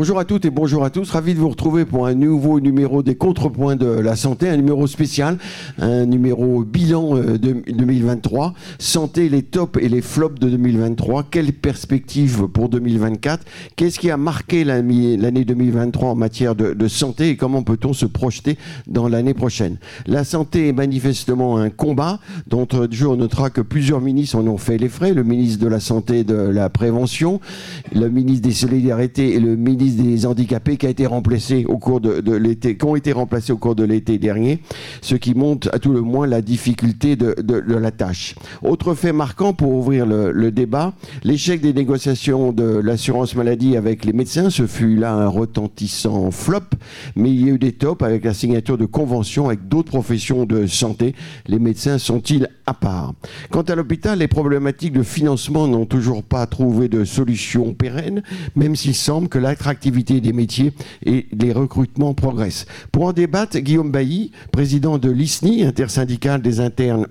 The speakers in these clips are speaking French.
Bonjour à toutes et bonjour à tous, ravi de vous retrouver pour un nouveau numéro des Contrepoints de la santé, un numéro spécial, un numéro bilan de 2023, santé, les tops et les flops de 2023, quelles perspectives pour 2024, qu'est-ce qui a marqué l'année 2023 en matière de santé et comment peut-on se projeter dans l'année prochaine. La santé est manifestement un combat, d'entre deux on notera que plusieurs ministres en ont fait les frais, le ministre de la Santé et de la Prévention, le ministre des Solidarités et le ministre des handicapés qui a été remplacé au cours de l'été, qui ont été remplacés au cours de l'été dernier, ce qui montre à tout le moins la difficulté de la tâche. Autre fait marquant pour ouvrir le débat, l'échec des négociations de l'assurance maladie avec les médecins, ce fut là un retentissant flop, mais il y a eu des tops avec la signature de conventions avec d'autres professions de santé. Les médecins sont-ils à part? Quant à l'hôpital, les problématiques de financement n'ont toujours pas trouvé de solution pérenne, même s'il semble que l'activité des métiers et les recrutements progressent. Pour en débattre, Guillaume Bailly, président de l'ISNI, intersyndicale des internes,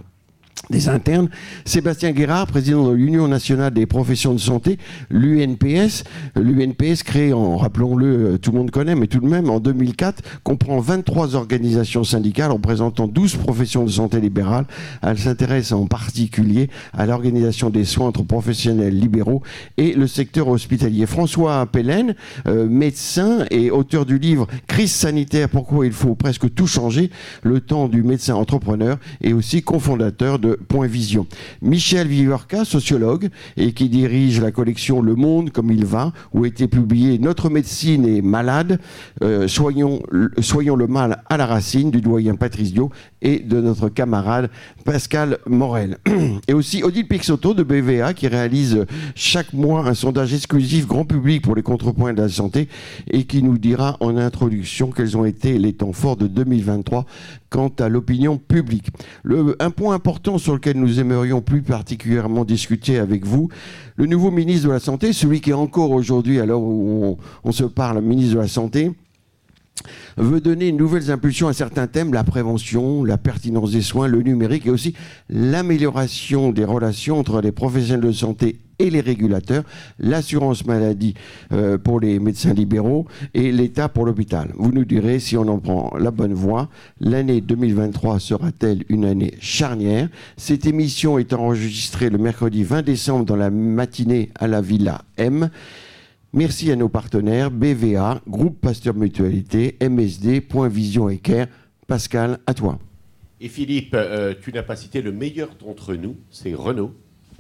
Sébastien Guérard, président de l'Union nationale des professions de santé, l'UNPS. L'UNPS, créé rappelons-le, tout le monde connaît, mais tout de même, en 2004, comprend 23 organisations syndicales représentant 12 professions de santé libérales. Elle s'intéresse en particulier à l'organisation des soins entre professionnels libéraux et le secteur hospitalier. François Pellen, médecin et auteur du livre « Crise sanitaire, pourquoi il faut presque tout changer », le temps du médecin entrepreneur, et aussi cofondateur de Point Vision. Michel Viverka, sociologue, et qui dirige la collection Le Monde comme il va, où a été publié Notre médecine est malade, soyons le mal à la racine, du doyen Patrice Dio et de notre camarade Pascal Morel. Et aussi Odile Pixoto de BVA, qui réalise chaque mois un sondage exclusif grand public pour les contrepoints de la santé et qui nous dira en introduction quels ont été les temps forts de 2023 quant à l'opinion publique. Un point important sur lequel nous aimerions plus particulièrement discuter avec vous, le nouveau ministre de la Santé, celui qui est encore aujourd'hui, à l'heure où on se parle, ministre de la Santé, veut donner une nouvelle impulsion à certains thèmes, la prévention, la pertinence des soins, le numérique et aussi l'amélioration des relations entre les professionnels de santé et les régulateurs, l'assurance maladie pour les médecins libéraux et l'État pour l'hôpital. Vous nous direz si on en prend la bonne voie. L'année 2023 sera-t-elle une année charnière? Cette émission est enregistrée le mercredi 20 décembre dans la matinée à la Villa M. Merci à nos partenaires, BVA, Groupe Pasteur Mutualité, MSD, Point Vision et Care. Pascal, à toi. Et Philippe, tu n'as pas cité le meilleur d'entre nous, c'est Renaud.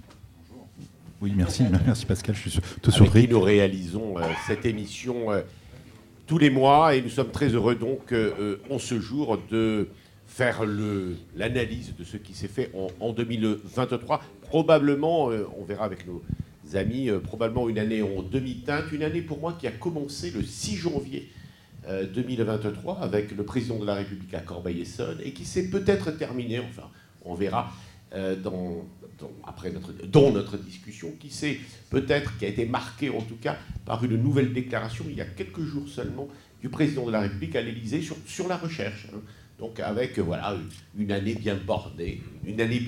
Oui, merci Pascal, je suis tout surpris. surpris. Nous réalisons cette émission tous les mois et nous sommes très heureux donc en ce jour de faire l'analyse de ce qui s'est fait en 2023. Probablement, on verra avec nos amis, probablement une année en demi-teinte, une année pour moi qui a commencé le 6 janvier 2023 avec le président de la République à Corbeil-Essonnes et qui s'est peut-être terminée, enfin on verra dans notre discussion, qui a été marquée en tout cas par une nouvelle déclaration il y a quelques jours seulement du président de la République à l'Élysée sur la recherche. Hein. Donc avec une année bien bornée, une année,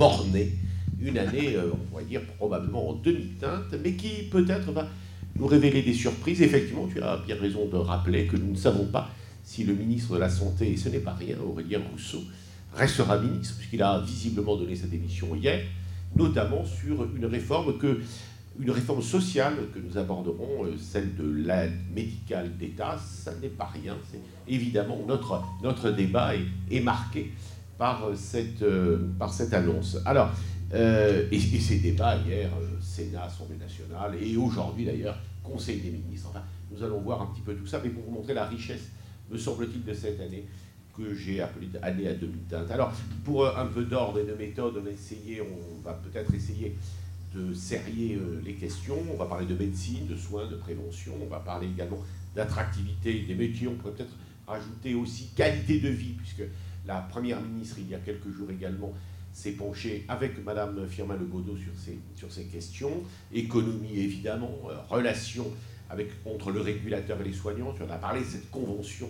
on va dire probablement en demi-teinte, mais qui peut-être va nous révéler des surprises. Effectivement, tu as bien raison de rappeler que nous ne savons pas si le ministre de la Santé, et ce n'est pas rien, Aurélien Rousseau, restera ministre, puisqu'il a visiblement donné sa démission hier, notamment sur une réforme sociale que nous aborderons, celle de l'aide médicale d'État. Ça n'est pas rien. C'est évidemment notre débat est marqué par cette annonce. Alors, et ces débats hier, Sénat, Assemblée nationale, et aujourd'hui d'ailleurs, Conseil des ministres. Enfin, nous allons voir un petit peu tout ça, mais pour vous montrer la richesse, me semble-t-il, de cette année, que j'ai appelée année à demi-teinte. Alors, pour un peu d'ordre et de méthode, on va peut-être essayer de serrer les questions. On va parler de médecine, de soins, de prévention. On va parler également d'attractivité des métiers. On pourrait peut-être rajouter aussi qualité de vie, puisque la Première ministre, il y a quelques jours également, s'est penchée avec Madame Firmin Lebaudot sur ces questions. Économie, évidemment, relations entre le régulateur et les soignants. Tu en as parlé, cette convention,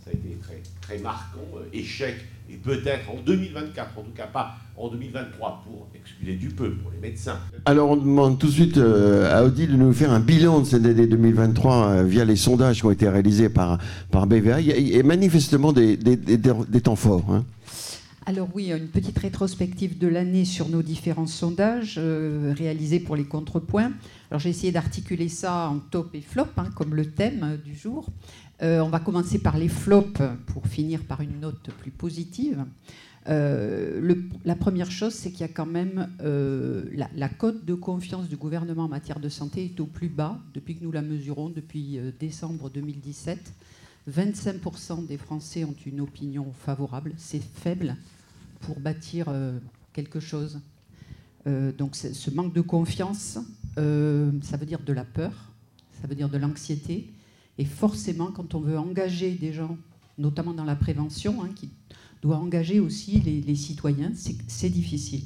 Ça a été très, très marquant, échec, et peut-être en 2024, en tout cas pas en 2023, pour, excusez du peu, pour les médecins. Alors on demande tout de suite à Odile de nous faire un bilan de cette année 2023 via les sondages qui ont été réalisés par BVA. Il y a manifestement des temps forts. Hein. Alors oui, une petite rétrospective de l'année sur nos différents sondages réalisés pour les contrepoints. Alors j'ai essayé d'articuler ça en top et flop, hein, comme le thème du jour. On va commencer par les flops pour finir par une note plus positive. La première chose, c'est qu'il y a quand même la cote de confiance du gouvernement en matière de santé est au plus bas depuis que nous la mesurons, depuis décembre 2017. 25% des Français ont une opinion favorable. C'est faible pour bâtir quelque chose. Donc ce manque de confiance, ça veut dire de la peur, ça veut dire de l'anxiété. Et forcément, quand on veut engager des gens, notamment dans la prévention, hein, qui doit engager aussi les citoyens, c'est difficile.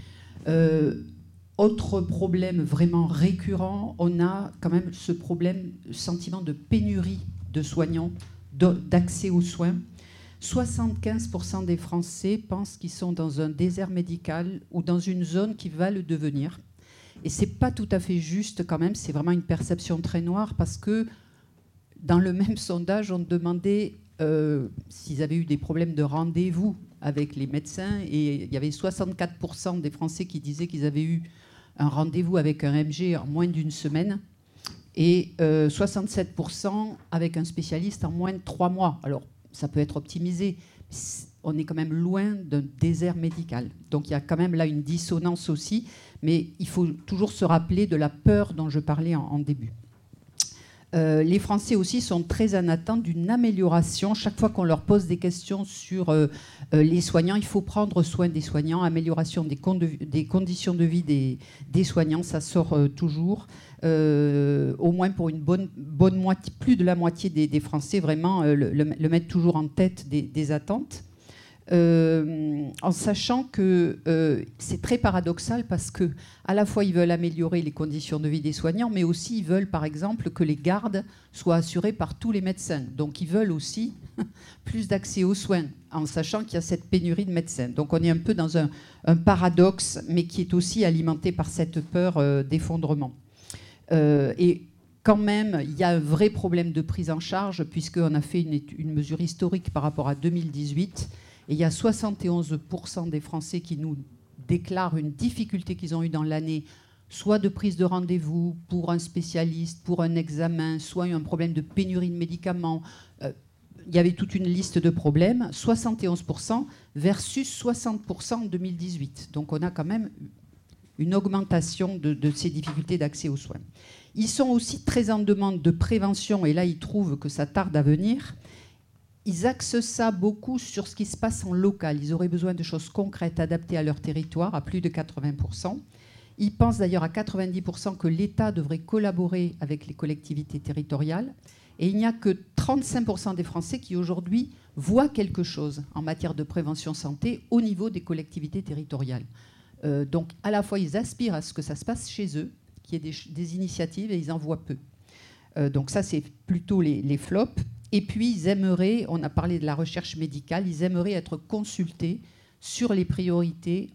Autre problème vraiment récurrent, on a quand même ce sentiment de pénurie de soignants, d'accès aux soins. 75% des Français pensent qu'ils sont dans un désert médical ou dans une zone qui va le devenir. Et ce n'est pas tout à fait juste quand même, c'est vraiment une perception très noire parce que dans le même sondage, on demandait s'ils avaient eu des problèmes de rendez-vous avec les médecins et il y avait 64% des Français qui disaient qu'ils avaient eu un rendez-vous avec un MG en moins d'une semaine et 67% avec un spécialiste en moins de 3 mois. Alors, ça peut être optimisé. On est quand même loin d'un désert médical. Donc, il y a quand même là une dissonance aussi, mais il faut toujours se rappeler de la peur dont je parlais en début. Les Français aussi sont très en attente d'une amélioration. Chaque fois qu'on leur pose des questions sur les soignants, il faut prendre soin des soignants, amélioration des conditions de vie des soignants, ça sort toujours. Au moins pour une bonne moitié, plus de la moitié des Français, vraiment le mettent toujours en tête des attentes. En sachant que c'est très paradoxal parce que à la fois ils veulent améliorer les conditions de vie des soignants, mais aussi ils veulent par exemple que les gardes soient assurées par tous les médecins. Donc ils veulent aussi plus d'accès aux soins, en sachant qu'il y a cette pénurie de médecins. Donc on est un peu dans un paradoxe, mais qui est aussi alimenté par cette peur d'effondrement. Et quand même, il y a un vrai problème de prise en charge, puisqu'on a fait une mesure historique par rapport à 2018. Et il y a 71% des Français qui nous déclarent une difficulté qu'ils ont eue dans l'année, soit de prise de rendez-vous pour un spécialiste, pour un examen, soit un problème de pénurie de médicaments. Il y avait toute une liste de problèmes, 71% versus 60% en 2018. Donc on a quand même une augmentation de ces difficultés d'accès aux soins. Ils sont aussi très en demande de prévention, et là ils trouvent que ça tarde à venir. Ils axent ça beaucoup sur ce qui se passe en local. Ils auraient besoin de choses concrètes, adaptées à leur territoire, à plus de 80%. Ils pensent d'ailleurs à 90% que l'État devrait collaborer avec les collectivités territoriales. Et il n'y a que 35% des Français qui aujourd'hui voient quelque chose en matière de prévention santé au niveau des collectivités territoriales. Donc à la fois ils aspirent à ce que ça se passe chez eux, qu'il y ait des initiatives, et ils en voient peu. Donc ça c'est plutôt les flops. Et puis, ils aimeraient, on a parlé de la recherche médicale, ils aimeraient être consultés sur les priorités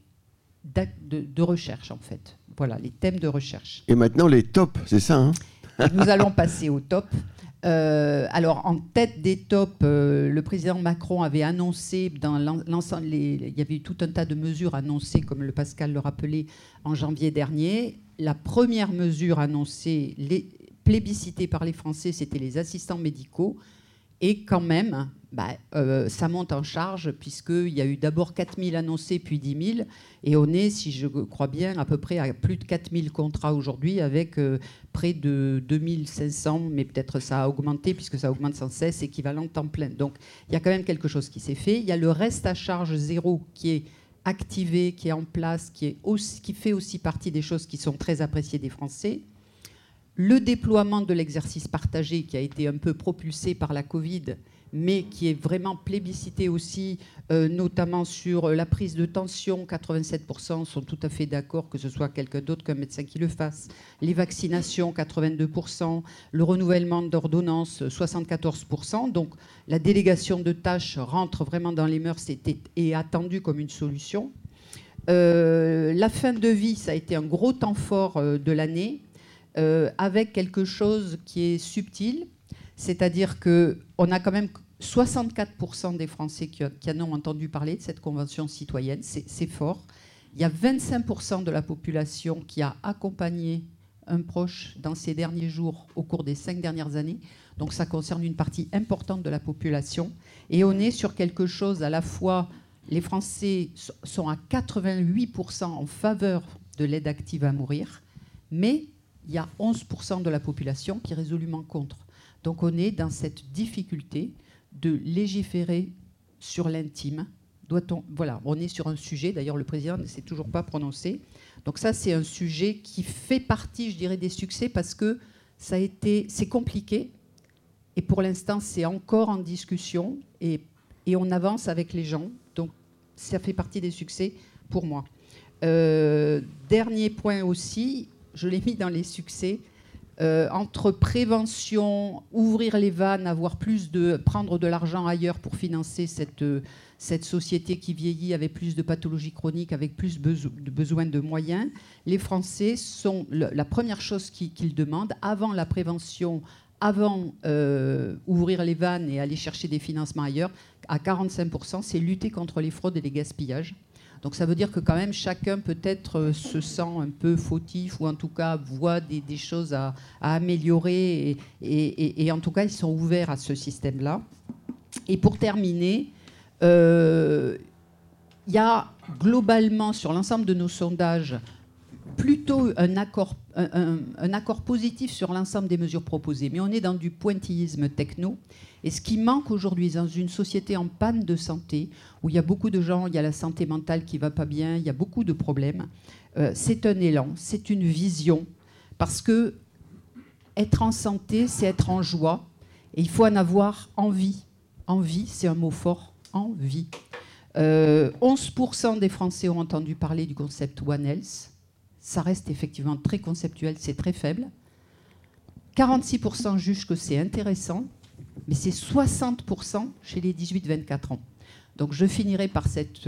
de recherche, en fait. Voilà, les thèmes de recherche. Et maintenant, les tops, c'est ça, hein? Nous allons passer aux tops. Alors, en tête des tops, le président Macron avait annoncé, dans l'ensemble, il y avait eu tout un tas de mesures annoncées, comme le Pascal le rappelait, en janvier dernier. La première mesure annoncée, plébiscitée par les Français, c'était les assistants médicaux. Et quand même, ça monte en charge, puisqu'il y a eu d'abord 4 000 annoncés, puis 10 000. Et on est, si je crois bien, à peu près à plus de 4 000 contrats aujourd'hui, avec près de 2 500, mais peut-être ça a augmenté, puisque ça augmente sans cesse, équivalent temps plein. Donc il y a quand même quelque chose qui s'est fait. Il y a le reste à charge zéro qui est activé, qui est en place, qui fait aussi partie des choses qui sont très appréciées des Français. Le déploiement de l'exercice partagé qui a été un peu propulsé par la Covid, mais qui est vraiment plébiscité aussi, notamment sur la prise de tension. 87% sont tout à fait d'accord que ce soit quelqu'un d'autre qu'un médecin qui le fasse. Les vaccinations, 82%. Le renouvellement d'ordonnances, 74%. Donc la délégation de tâches rentre vraiment dans les mœurs et est attendue comme une solution. La fin de vie, ça a été un gros temps fort de l'année, avec quelque chose qui est subtil, c'est-à-dire qu'on a quand même 64% des Français qui en ont entendu parler de cette convention citoyenne, c'est fort. Il y a 25% de la population qui a accompagné un proche dans ces derniers jours au cours des 5 dernières années, donc ça concerne une partie importante de la population, et on est sur quelque chose à la fois... Les Français sont à 88% en faveur de l'aide active à mourir, mais il y a 11% de la population qui est résolument contre. Donc on est dans cette difficulté de légiférer sur l'intime. Voilà, on est sur un sujet, d'ailleurs le président ne s'est toujours pas prononcé. Donc ça, c'est un sujet qui fait partie, je dirais, des succès parce que c'est compliqué et pour l'instant, c'est encore en discussion et on avance avec les gens. Donc ça fait partie des succès pour moi. Dernier point aussi, je l'ai mis dans les succès, entre prévention, ouvrir les vannes, prendre de l'argent ailleurs pour financer cette société qui vieillit avec plus de pathologies chroniques, avec plus de besoin de moyens. Les Français sont la première chose qu'ils demandent avant la prévention, avant ouvrir les vannes et aller chercher des financements ailleurs, à 45%, c'est lutter contre les fraudes et les gaspillages. Donc ça veut dire que quand même chacun peut-être se sent un peu fautif ou en tout cas voit des choses à améliorer et en tout cas ils sont ouverts à ce système-là. Et pour terminer, il y a globalement sur l'ensemble de nos sondages plutôt un accord positif sur l'ensemble des mesures proposées. Mais on est dans du pointillisme techno. Et ce qui manque aujourd'hui dans une société en panne de santé, où il y a beaucoup de gens, il y a la santé mentale qui ne va pas bien, il y a beaucoup de problèmes, c'est un élan, c'est une vision. Parce que être en santé, c'est être en joie. Et il faut en avoir envie. Envie, c'est un mot fort. Envie. 11% des Français ont entendu parler du concept One Health. Ça reste effectivement très conceptuel, c'est très faible. 46% jugent que c'est intéressant, mais c'est 60% chez les 18-24 ans. Donc je finirai par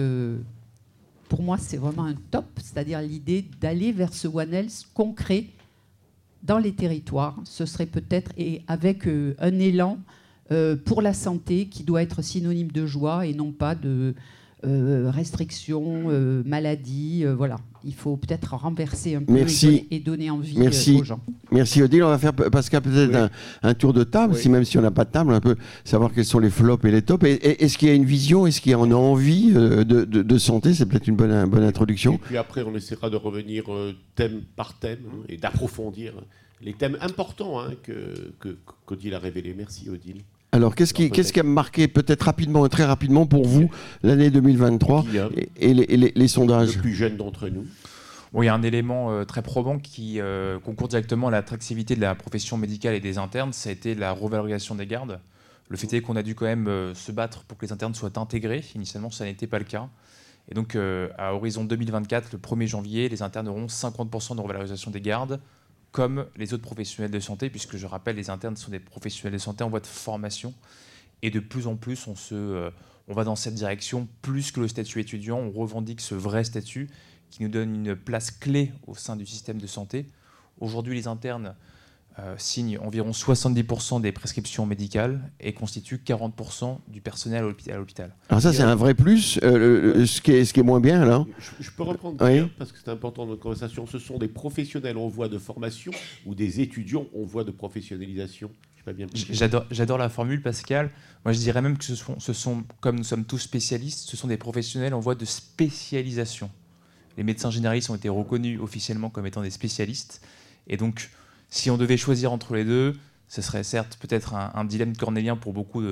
pour moi, c'est vraiment un top, c'est-à-dire l'idée d'aller vers ce One Health concret dans les territoires. Ce serait peut-être, et avec un élan pour la santé qui doit être synonyme de joie et non pas de restrictions, maladies, voilà. Il faut peut-être renverser un peu et donner envie aux gens. Merci Odile. On va faire, Pascal, peut-être un tour de table, même si on n'a pas de table, un peu savoir quels sont les flops et les tops. Est-ce qu'il y a une vision, est-ce qu'il y a une envie de santé? C'est peut-être une bonne introduction. Et puis après, on essaiera de revenir thème par thème et d'approfondir les thèmes importants qu'Odile a révélés. Merci Odile. Alors, qu'est-ce qui a marqué peut-être rapidement, très rapidement pour vous l'année 2023 et les sondages? Le plus jeune d'entre nous. Bon, il y a un élément très probant qui concourt directement à l'attractivité de la profession médicale et des internes, ça a été la revalorisation des gardes. Le fait est qu'on a dû quand même se battre pour que les internes soient intégrés. Initialement, ça n'était pas le cas. Et donc, à horizon 2024, le 1er janvier, les internes auront 50% de revalorisation des gardes, comme les autres professionnels de santé, puisque je rappelle, les internes sont des professionnels de santé en voie de formation. Et de plus en plus, on va dans cette direction, plus que le statut étudiant, on revendique ce vrai statut qui nous donne une place clé au sein du système de santé. Aujourd'hui, les internes signent environ 70% des prescriptions médicales et constituent 40% du personnel à l'hôpital. Alors ça, c'est un vrai plus. Ce qui est moins bien, là. Je peux reprendre parce que c'est important dans notre conversation. Ce sont des professionnels en voie de formation ou des étudiants en voie de professionnalisation? J'adore la formule, Pascal. Moi, je dirais même que ce sont, comme nous sommes tous spécialistes, ce sont des professionnels en voie de spécialisation. Les médecins généralistes ont été reconnus officiellement comme étant des spécialistes. Et donc, si on devait choisir entre les deux, ce serait certes peut-être un dilemme cornélien pour beaucoup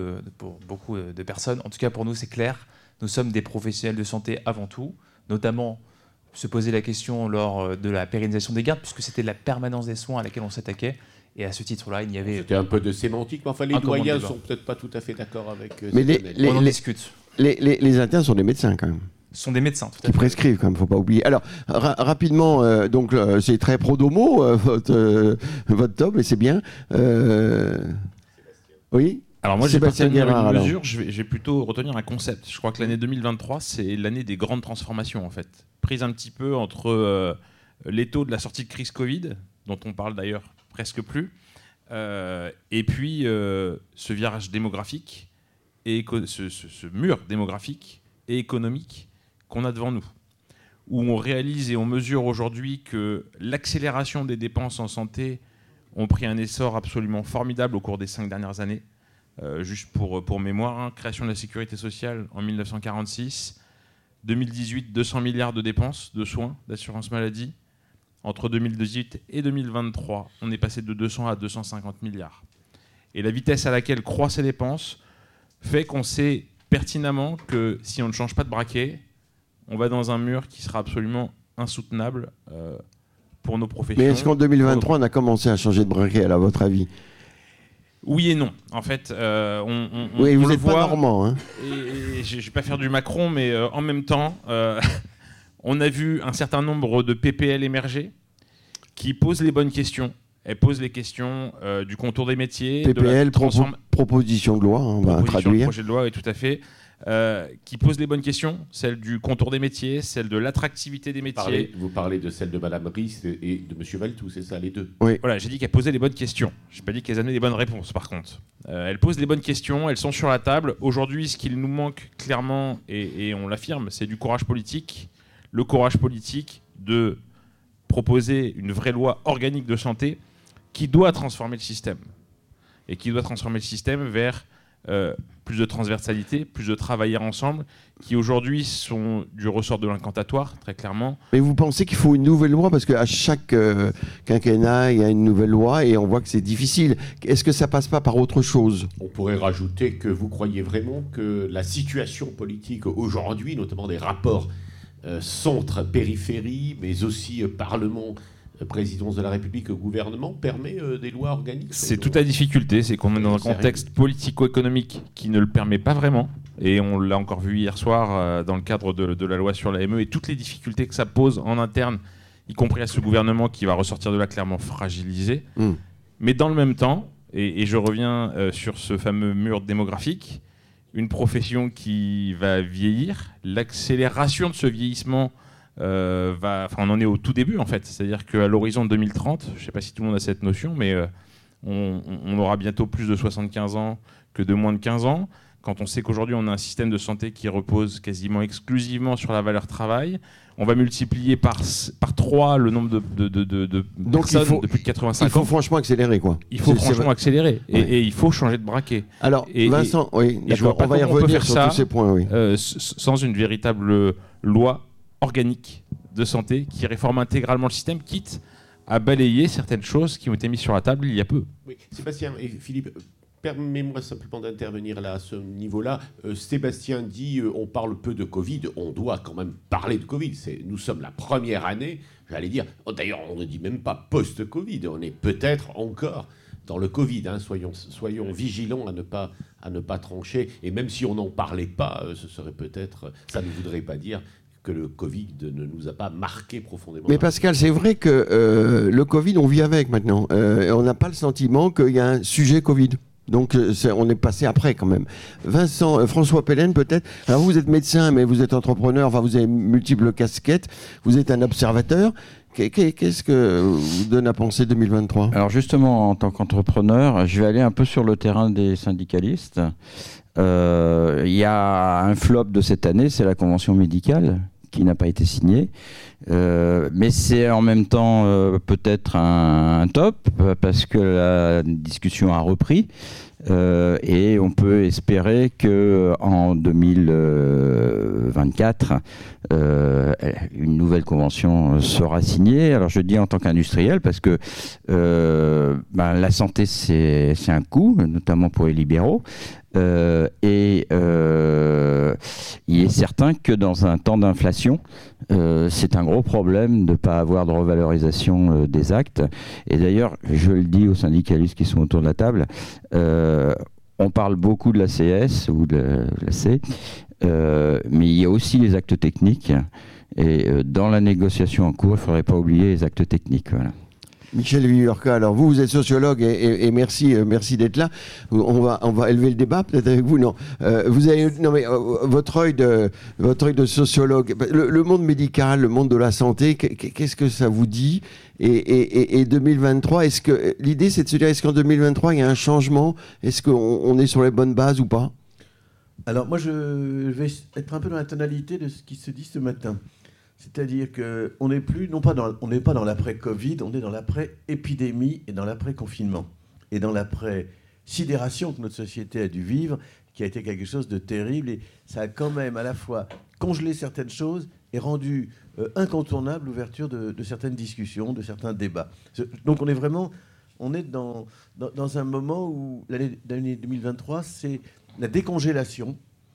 de personnes. En tout cas, pour nous, c'est clair. Nous sommes des professionnels de santé avant tout, notamment se poser la question lors de la pérennisation des gardes, puisque c'était la permanence des soins à laquelle on s'attaquait. Et à ce titre-là, il y avait... C'était un peu de sémantique, mais enfin, les doyens ne sont peut-être pas tout à fait d'accord avec mais on en discute. Les internes sont des médecins quand même. Ce sont des médecins, tout à fait. Qui prescrivent quand même, faut pas oublier. Alors, rapidement, donc c'est très pro-domo, votre top, et c'est bien. Oui. Alors moi, je vais Sébastien retenir Guérard, une alors. mesure, je vais plutôt retenir un concept. Je crois que l'année 2023, c'est l'année des grandes transformations, en fait. Prise un petit peu entre l'étau de la sortie de crise Covid, dont on parle d'ailleurs presque plus, et puis ce virage démographique, et ce mur démographique et économique qu'on a devant nous, où on réalise et on mesure aujourd'hui que l'accélération des dépenses en santé ont pris un essor absolument formidable au cours des 5 dernières années. Juste pour mémoire, création de la sécurité sociale en 1946, 2018, 200 milliards de dépenses de soins, d'assurance maladie. Entre 2018 et 2023, on est passé de 200 à 250 milliards. Et la vitesse à laquelle croissent ces dépenses fait qu'on sait pertinemment que si on ne change pas de braquet, on va dans un mur qui sera absolument insoutenable pour nos professions. Mais est-ce qu'en 2023, on a commencé à changer de braquet, à votre avis ? Oui et non. En fait, oui, vous le n'êtes pas voit, normand. Hein. et je ne vais pas faire du Macron, mais en même temps, on a vu un certain nombre de PPL émerger qui posent les bonnes questions. Elles posent les questions du contour des métiers, PPL, de la proposition de loi, hein, on va traduire. Projet de loi, oui, tout à fait. Qui pose les bonnes questions, celle du contour des métiers, celle de l'attractivité des métiers. Vous parlez de celle de Madame Ries et de Monsieur Valtou, c'est ça, les deux? Oui. Voilà, j'ai dit qu'elle posait les bonnes questions. Je n'ai pas dit qu'elle amenait les bonnes réponses, par contre. Elle pose les bonnes questions, elles sont sur la table. Aujourd'hui, ce qu'il nous manque clairement, et on l'affirme, c'est du courage politique. Le courage politique de proposer une vraie loi organique de santé qui doit transformer le système. Et qui doit transformer le système vers plus de transversalité, plus de travailler ensemble, qui aujourd'hui sont du ressort de l'incantatoire, très clairement. Mais vous pensez qu'il faut une nouvelle loi? Parce qu'à chaque quinquennat, il y a une nouvelle loi et on voit que c'est difficile. Est-ce que ça passe pas par autre chose? On pourrait rajouter que vous croyez vraiment que la situation politique aujourd'hui, notamment des rapports centre-périphérie, mais aussi Parlement, présidence de la République, gouvernement, permet des lois organiques? C'est toute la difficulté, c'est qu'on est dans un contexte politico-économique qui ne le permet pas vraiment. Et on l'a encore vu hier soir dans le cadre de la loi sur l'AME et toutes les difficultés que ça pose en interne, y compris à ce gouvernement qui va ressortir de là clairement fragilisé. Mais dans le même temps, et je reviens sur ce fameux mur démographique, une profession qui va vieillir, l'accélération de ce vieillissement on en est au tout début en fait, c'est-à-dire qu'à l'horizon 2030, je ne sais pas si tout le monde a cette notion, mais on aura bientôt plus de 75 ans que de moins de 15 ans. Quand on sait qu'aujourd'hui on a un système de santé qui repose quasiment exclusivement sur la valeur travail, on va multiplier par 3 le nombre de personnes de plus de 85 ans. Il faut franchement accélérer, quoi. Il faut franchement accélérer et il faut changer de braquet. Alors, Vincent, oui, d'accord, on va y revenir sur tous ces points. Oui. Sans une véritable loi organique de santé qui réforme intégralement le système, quitte à balayer certaines choses qui ont été mises sur la table il y a peu. Oui, Sébastien et Philippe, permettez-moi simplement d'intervenir là, à ce niveau-là. Sébastien dit on parle peu de Covid, on doit quand même parler de Covid. Nous sommes la première année, j'allais dire, d'ailleurs on ne dit même pas post-Covid, on est peut-être encore dans le Covid. Hein, soyons vigilants à ne pas trancher. Et même si on n'en parlait pas, ce serait peut-être, ça ne voudrait pas dire que le Covid ne nous a pas marqué profondément. Mais Pascal, c'est vrai que le Covid, on vit avec maintenant. On n'a pas le sentiment qu'il y a un sujet Covid. Donc on est passé après quand même. Vincent, François Pellen peut-être. Alors vous êtes médecin, mais vous êtes entrepreneur, enfin vous avez multiples casquettes. Vous êtes un observateur. Qu'est-ce que vous donne à penser 2023 ? Alors justement, en tant qu'entrepreneur, je vais aller un peu sur le terrain des syndicalistes. Il y a un flop de cette année, c'est la convention médicale qui n'a pas été signée. Mais c'est en même temps peut-être un top parce que la discussion a repris et on peut espérer qu'en 2024 une nouvelle convention sera signée. Alors je dis en tant qu'industriel parce que la santé c'est un coût, notamment pour les libéraux. Il est certain que dans un temps d'inflation, c'est un gros problème de ne pas avoir de revalorisation des actes. Et d'ailleurs, je le dis aux syndicalistes qui sont autour de la table, on parle beaucoup de la CS ou de la C, mais il y a aussi les actes techniques. Et dans la négociation en cours, il ne faudrait pas oublier les actes techniques. Voilà. Michel Viviorca, alors vous êtes sociologue et merci d'être là. On va élever le débat peut-être avec vous. Non, votre œil de sociologue, le monde médical, le monde de la santé, qu'est-ce que ça vous dit ? Et 2023, est-ce que l'idée c'est de se dire est-ce qu'en 2023 il y a un changement ? Est-ce qu'on est sur les bonnes bases ou pas ? Alors moi je vais être un peu dans la tonalité de ce qui se dit ce matin. C'est-à-dire qu'on n'est plus, on n'est pas dans l'après-Covid, on est dans l'après-épidémie et dans l'après-confinement. Et dans l'après-sidération que notre société a dû vivre, qui a été quelque chose de terrible. Et ça a quand même à la fois congelé certaines choses et rendu incontournable l'ouverture de certaines discussions, de certains débats. Donc on est dans un moment où l'année 2023, c'est la décongélation.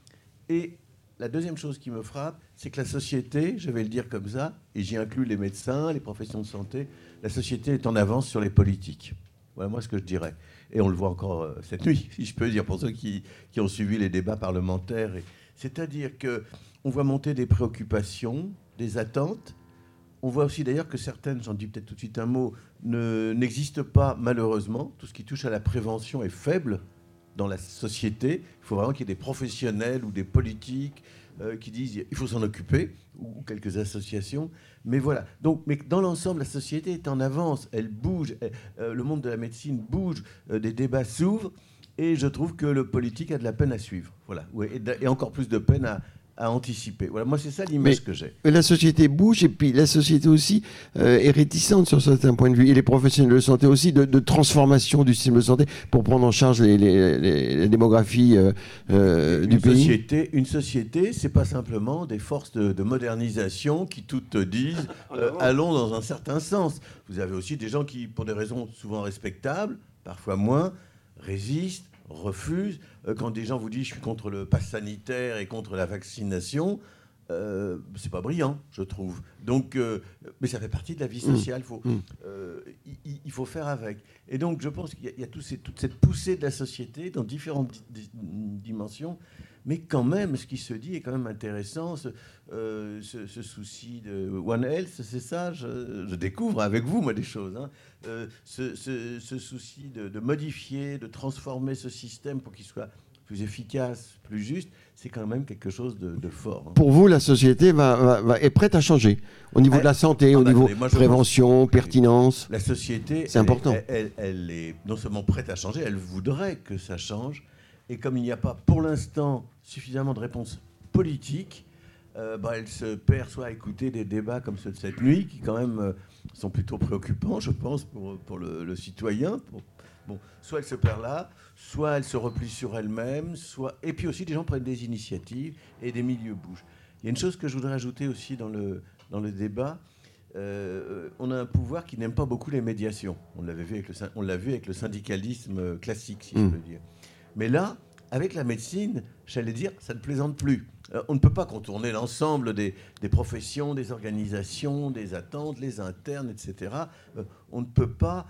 Et la deuxième chose qui me frappe, c'est que la société, je vais le dire comme ça, et j'y inclus les médecins, les professions de santé, la société est en avance sur les politiques. Voilà moi ce que je dirais. Et on le voit encore cette nuit, si je peux dire, pour ceux qui ont suivi les débats parlementaires. C'est-à-dire qu'on voit monter des préoccupations, des attentes. On voit aussi d'ailleurs que certaines, j'en dis peut-être tout de suite un mot, n'existent pas malheureusement. Tout ce qui touche à la prévention est faible dans la société. Il faut vraiment qu'il y ait des professionnels ou des politiques qui disent il faut s'en occuper, ou quelques associations. Mais voilà. Donc, mais dans l'ensemble, la société est en avance. Elle bouge. Le monde de la médecine bouge. Des débats s'ouvrent. Et je trouve que le politique a de la peine à suivre. Voilà. Et encore plus de peine à anticiper. Voilà, moi, c'est ça l'image que j'ai. Mais la société bouge, et puis la société aussi est réticente sur certains points de vue, et les professionnels de santé aussi, de transformation du système de santé pour prendre en charge les démographies du pays. Une société, c'est pas simplement des forces de modernisation qui toutes disent allons dans un certain sens. Vous avez aussi des gens qui, pour des raisons souvent respectables, parfois moins, résistent, refusent. Quand des gens vous disent je suis contre le pass sanitaire et contre la vaccination, c'est pas brillant, je trouve. Donc, mais ça fait partie de la vie sociale. Il faut faire avec. Et donc, je pense qu'il y a toute cette poussée de la société dans différentes dimensions. Mais quand même, ce qui se dit est quand même intéressant. Ce souci de One Health, c'est ça. Je découvre avec vous, moi, des choses. Hein. Ce souci de modifier, de transformer ce système pour qu'il soit plus efficace, plus juste, c'est quand même quelque chose de fort. Hein. Pour vous, la société est prête à changer au niveau de la santé, au niveau prévention, pertinence. La société, c'est important. Elle est non seulement prête à changer, elle voudrait que ça change. Et comme il n'y a pas, pour l'instant, suffisamment de réponses politiques, elle se perd soit à écouter des débats comme ceux de cette nuit, qui quand même sont plutôt préoccupants, je pense, pour le citoyen. Soit elle se perd là, soit elle se replie sur elle-même, et puis aussi des gens prennent des initiatives et des milieux bougent. Il y a une chose que je voudrais ajouter aussi dans le débat. On a un pouvoir qui n'aime pas beaucoup les médiations. On l'a vu avec le syndicalisme classique, si je peux dire. Mais là, avec la médecine, j'allais dire, ça ne plaisante plus. On ne peut pas contourner l'ensemble des professions, des organisations, des attentes, les internes, etc. On ne peut pas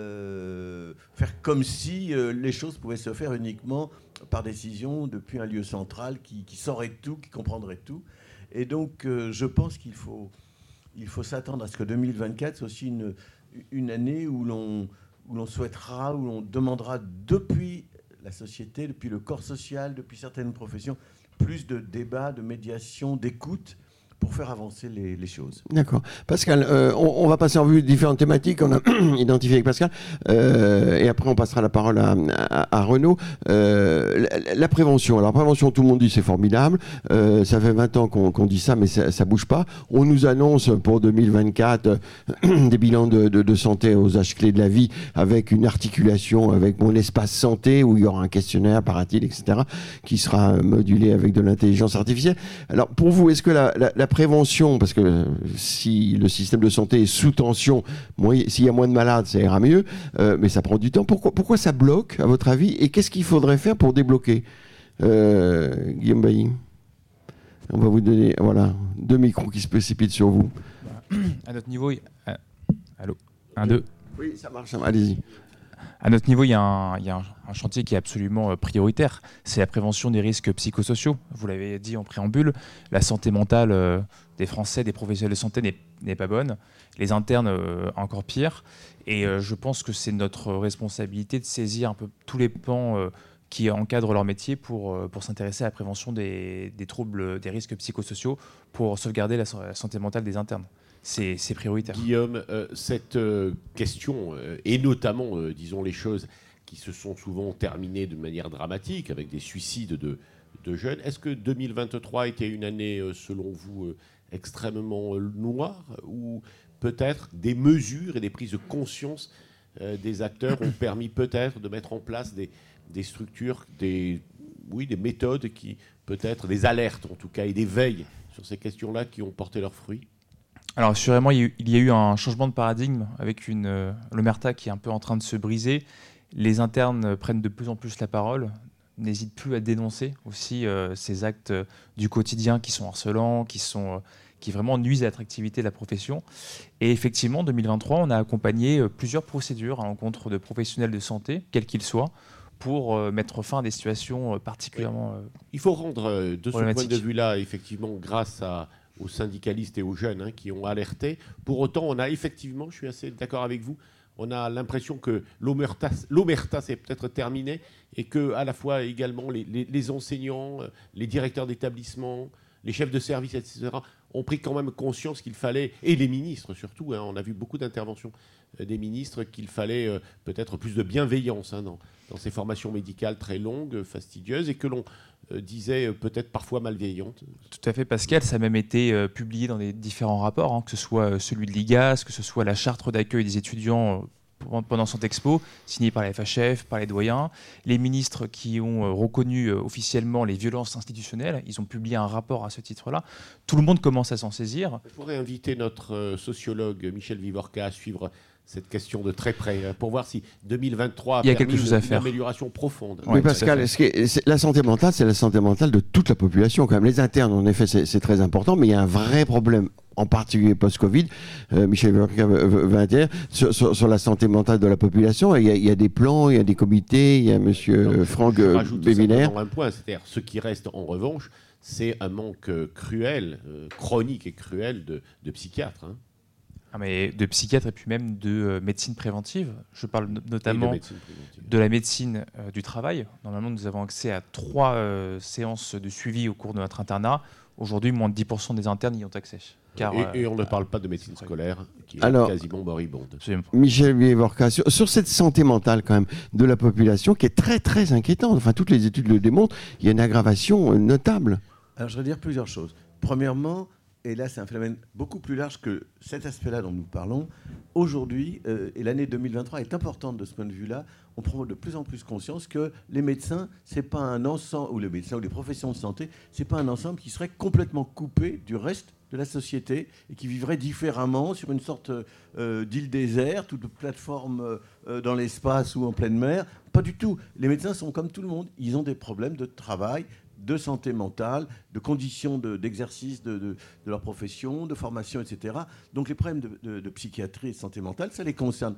faire comme si les choses pouvaient se faire uniquement par décision depuis un lieu central qui saurait tout, qui comprendrait tout. Et donc, je pense qu'il faut s'attendre à ce que 2024 soit aussi une année où l'on souhaitera, où l'on demandera depuis la société, depuis le corps social, depuis certaines professions, plus de débats, de médiation, d'écoute pour faire avancer les choses. D'accord. Pascal, on va passer en vue de différentes thématiques. On a identifié avec Pascal. Et après, on passera la parole à Renaud. La prévention. Alors, la prévention, tout le monde dit c'est formidable. Ça fait 20 ans qu'on dit ça, mais ça ne bouge pas. On nous annonce pour 2024 des bilans de santé aux âges clés de la vie avec une articulation avec mon espace santé où il y aura un questionnaire, paraît-il, etc., qui sera modulé avec de l'intelligence artificielle. Alors, pour vous, est-ce que la prévention, parce que si le système de santé est sous tension, s'il y a moins de malades, ça ira mieux, mais ça prend du temps. Pourquoi ça bloque, à votre avis, et qu'est-ce qu'il faudrait faire pour débloquer Guillaume Bailly? On va vous donner 2 micros qui se précipitent sur vous. À notre niveau, allô, 1, 2. Oui, ça marche, allez-y. À notre niveau, il y a un chantier qui est absolument prioritaire. C'est la prévention des risques psychosociaux. Vous l'avez dit en préambule, la santé mentale des Français, des professionnels de santé n'est pas bonne. Les internes, encore pire. Et je pense que c'est notre responsabilité de saisir un peu tous les pans qui encadrent leur métier pour s'intéresser à la prévention des troubles, des risques psychosociaux, pour sauvegarder la santé mentale des internes. C'est prioritaire. Guillaume, cette question, et notamment, disons les choses qui se sont souvent terminées de manière dramatique, avec des suicides de jeunes, est-ce que 2023 était une année, selon vous, extrêmement noire, ou peut-être des mesures et des prises de conscience des acteurs ont permis peut-être de mettre en place des structures, des méthodes qui, peut-être, des alertes en tout cas, et des veilles sur ces questions-là qui ont porté leurs fruits? Alors assurément, il y a eu un changement de paradigme avec l'omerta qui est un peu en train de se briser. Les internes prennent de plus en plus la parole, n'hésitent plus à dénoncer aussi ces actes du quotidien qui sont harcelants, qui vraiment nuisent à l'attractivité de la profession. Et effectivement, en 2023, on a accompagné plusieurs procédures à l'encontre de professionnels de santé, quels qu'ils soient, pour mettre fin à des situations particulièrement Il faut rendre, de ce point problématiques. de vue-là, effectivement, grâce aux syndicalistes et aux jeunes qui ont alerté. Pour autant, on a effectivement, je suis assez d'accord avec vous, on a l'impression que l'omerta c'est peut-être terminé, et que à la fois également les enseignants, les directeurs d'établissement, les chefs de service, etc., ont pris quand même conscience qu'il fallait, et les ministres surtout, on a vu beaucoup d'interventions des ministres, qu'il fallait peut-être plus de bienveillance dans ces formations médicales très longues, fastidieuses, et que l'on disait peut-être parfois malveillantes. Tout à fait, Pascal. Ça a même été publié dans des différents rapports, que ce soit celui de l'IGAS, que ce soit la charte d'accueil des étudiants pendant Santexpo, signée par la FHF, par les doyens. Les ministres qui ont reconnu officiellement les violences institutionnelles, ils ont publié un rapport à ce titre-là. Tout le monde commence à s'en saisir. Je pourrais inviter notre sociologue Michel Vivorca à suivre cette question de très près, pour voir si 2023 a Il y a permis quelque chose à une faire. amélioration profonde. Oui, Pascal, la santé mentale, c'est la santé mentale de toute la population quand même. Les internes, en effet, c'est très important, mais il y a un vrai problème, en particulier post-Covid. Michel Vivorca va dire sur la santé mentale de la population. Il y a des plans, il y a des comités, il y a M. Franck Bévillers. Un point, c'est-à-dire ce qui reste en revanche, c'est un manque cruel, chronique et cruel de psychiatres. Mais de psychiatres et puis même de médecine préventive. Je parle notamment de la médecine du travail. Normalement, nous avons accès à 3 séances de suivi au cours de notre internat. Aujourd'hui, moins de 10% des internes y ont accès. Et on ne parle pas de médecine scolaire, qui est quasiment moribonde. Michel Vivorca, sur cette santé mentale quand même de la population qui est très très inquiétante. Enfin, toutes les études le démontrent. Il y a une aggravation notable. Alors, je vais dire plusieurs choses. Premièrement, et là, c'est un phénomène beaucoup plus large que cet aspect-là dont nous parlons. Aujourd'hui, et l'année 2023 est importante de ce point de vue-là, on prend de plus en plus conscience que les médecins, c'est pas un ensemble, ou les médecins ou les professions de santé, c'est pas un ensemble qui serait complètement coupé du reste de la société et qui vivrait différemment sur une sorte d'île déserte ou de plateforme dans l'espace ou en pleine mer. Pas du tout. Les médecins sont comme tout le monde. Ils ont des problèmes de travail, de santé mentale, de conditions d'exercice de leur profession, de formation, etc. Donc les problèmes de psychiatrie et de santé mentale, ça les concerne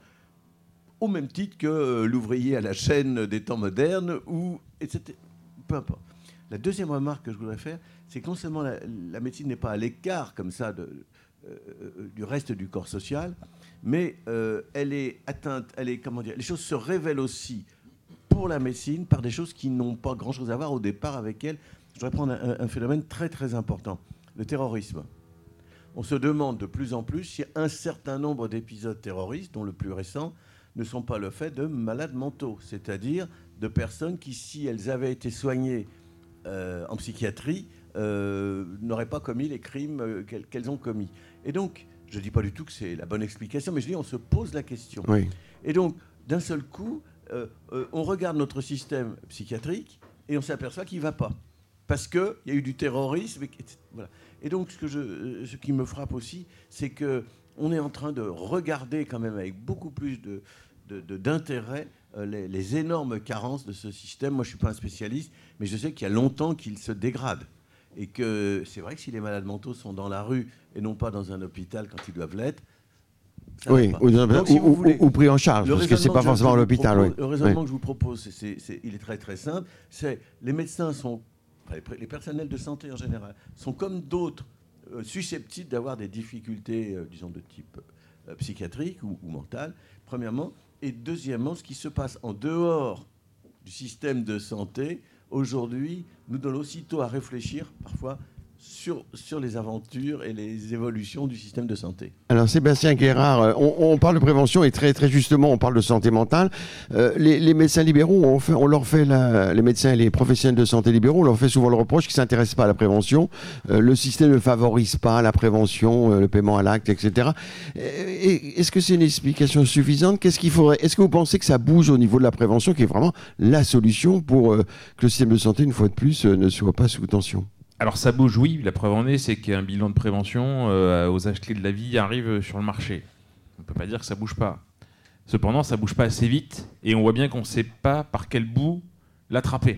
au même titre que l'ouvrier à la chaîne des temps modernes, ou etc. Peu importe. La deuxième remarque que je voudrais faire, c'est que non seulement la médecine n'est pas à l'écart comme ça du reste du corps social, mais elle est atteinte, les choses se révèlent aussi pour la médecine par des choses qui n'ont pas grand-chose à voir au départ avec elle. Je voudrais prendre un phénomène très très important, le terrorisme. On se demande de plus en plus si un certain nombre d'épisodes terroristes, dont le plus récent, ne sont pas le fait de malades mentaux, c'est-à-dire de personnes qui, si elles avaient été soignées en psychiatrie, n'auraient pas commis les crimes qu'elles ont commis. Et donc, je ne dis pas du tout que c'est la bonne explication, mais je dis on se pose la question. Oui. Et donc, d'un seul coup, on regarde notre système psychiatrique et on s'aperçoit qu'il ne va pas. Parce qu'il y a eu du terrorisme. Voilà. Et donc, ce qui me frappe aussi, c'est qu'on est en train de regarder quand même avec beaucoup plus d'intérêt les énormes carences de ce système. Moi, je ne suis pas un spécialiste, mais je sais qu'il y a longtemps qu'il se dégrade. Et que c'est vrai que si les malades mentaux sont dans la rue et non pas dans un hôpital quand ils doivent l'être, oui, ou pris en charge, parce que c'est pas forcément à l'hôpital. Oui. Le raisonnement que je vous propose, il est très très simple. C'est les médecins les personnels de santé en général sont comme d'autres susceptibles d'avoir des difficultés, disons de type psychiatrique ou mental. Premièrement, et deuxièmement, ce qui se passe en dehors du système de santé aujourd'hui nous donne aussitôt à réfléchir parfois sur les aventures et les évolutions du système de santé. Alors Sébastien Guérard, on parle de prévention et très, très justement on parle de santé mentale. Les médecins libéraux, les médecins et les professionnels de santé libéraux, on leur fait souvent le reproche qu'ils ne s'intéressent pas à la prévention. Le système ne favorise pas la prévention, le paiement à l'acte, etc. Est-ce que c'est une explication suffisante ? Qu'est-ce qu'il faudrait ? Est-ce que vous pensez que ça bouge au niveau de la prévention, qui est vraiment la solution pour que le système de santé, une fois de plus, ne soit pas sous tension ? Alors ça bouge, oui. La preuve en est, c'est qu'un bilan de prévention aux âges clés de la vie arrive sur le marché. On ne peut pas dire que ça bouge pas. Cependant, ça bouge pas assez vite et on voit bien qu'on ne sait pas par quel bout l'attraper.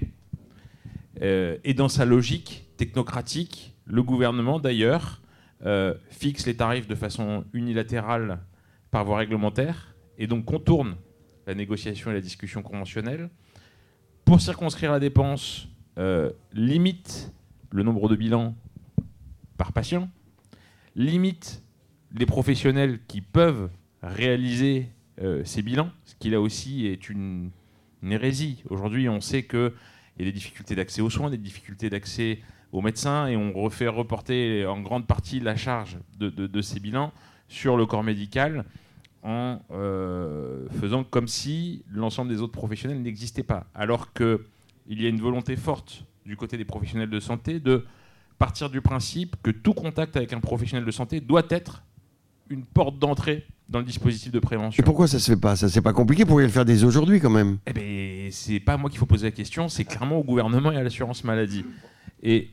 Et dans sa logique technocratique, le gouvernement d'ailleurs fixe les tarifs de façon unilatérale par voie réglementaire et donc contourne la négociation et la discussion conventionnelle. Pour circonscrire la dépense, limite le nombre de bilans par patient, limite les professionnels qui peuvent réaliser ces bilans, ce qui là aussi est une hérésie. Aujourd'hui, on sait qu'il y a des difficultés d'accès aux soins, des difficultés d'accès aux médecins, et on refait reporter en grande partie la charge de ces bilans sur le corps médical en faisant comme si l'ensemble des autres professionnels n'existaient pas. Alors qu'il y a une volonté forte du côté des professionnels de santé de partir du principe que tout contact avec un professionnel de santé doit être une porte d'entrée dans le dispositif de prévention. Et pourquoi ça se fait pas ? Ça, c'est pas compliqué, vous pourriez le faire dès aujourd'hui quand même. Eh bien, c'est pas à moi qu'il faut poser la question, c'est clairement au gouvernement et à l'assurance maladie. Et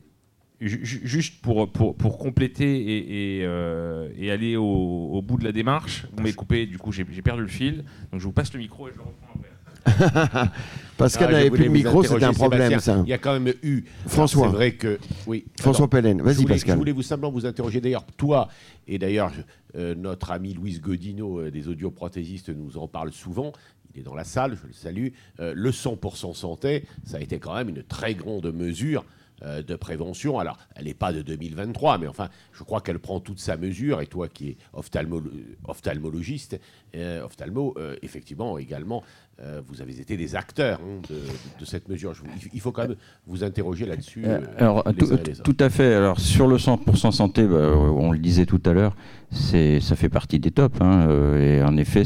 juste pour compléter et aller au bout de la démarche, vous m'avez coupé, du coup j'ai perdu le fil, donc je vous passe le micro et je le reprends après. Pascal n'avait plus de micro, c'était un problème. Sébastien, ça. Il y a quand même eu... François. C'est vrai que... Oui. François Pellen. Vas-y, Pascal. Je voulais simplement vous interroger. D'ailleurs, toi, et d'ailleurs, notre ami Louis Godino des audioprothésistes nous en parle souvent. Il est dans la salle, je le salue. Le 100% santé, ça a été quand même une très grande mesure de prévention. Alors, elle n'est pas de 2023, mais enfin, je crois qu'elle prend toute sa mesure. Et toi qui es ophtalmologiste, effectivement, également, vous avez été des acteurs de cette mesure. Il faut quand même vous interroger là-dessus. Alors, tout à fait. Alors, sur le 100% santé, on le disait tout à l'heure, ça fait partie des tops. Et en effet,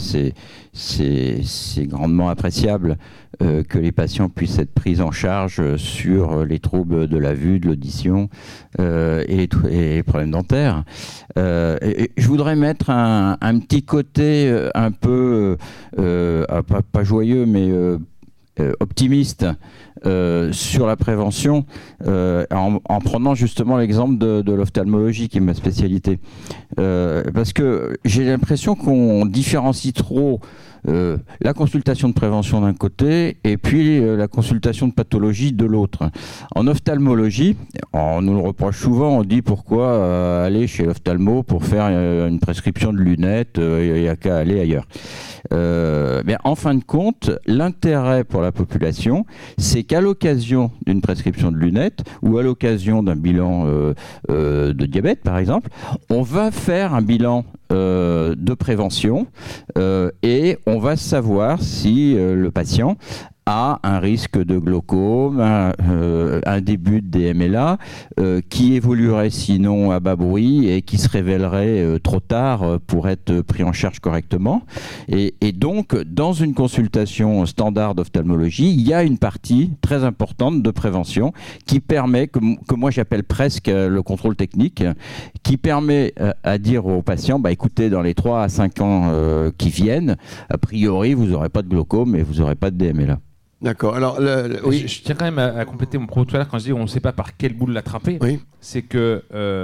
c'est grandement appréciable que les patients puissent être pris en charge sur les troubles de la vue, de l'audition et les problèmes dentaires. Et je voudrais mettre un petit côté un peu, pas joyeux, mais optimiste sur la prévention en prenant justement l'exemple de l'ophtalmologie qui est ma spécialité. Parce que j'ai l'impression qu'on différencie trop la consultation de prévention d'un côté et puis la consultation de pathologie de l'autre. En ophtalmologie, on nous le reproche souvent, on dit pourquoi aller chez l'ophtalmo pour faire une prescription de lunettes, il n'y a qu'à aller ailleurs. Mais en fin de compte, l'intérêt pour la population, c'est qu'à l'occasion d'une prescription de lunettes ou à l'occasion d'un bilan de diabète, par exemple, on va faire un bilan de prévention et on va savoir si le patient a un risque de glaucome, un début de DMLA qui évoluerait sinon à bas bruit et qui se révélerait trop tard pour être pris en charge correctement. Et donc, dans une consultation standard d'ophtalmologie, il y a une partie très importante de prévention qui permet, que moi j'appelle presque le contrôle technique, qui permet à dire aux patients, écoutez, dans les 3 à 5 ans qui viennent, a priori, vous n'aurez pas de glaucome et vous n'aurez pas de DMLA. D'accord. Alors, oui. Je tiens quand même à compléter mon propos tout à l'heure quand je dis on ne sait pas par quel bout l'attraper. Oui. C'est que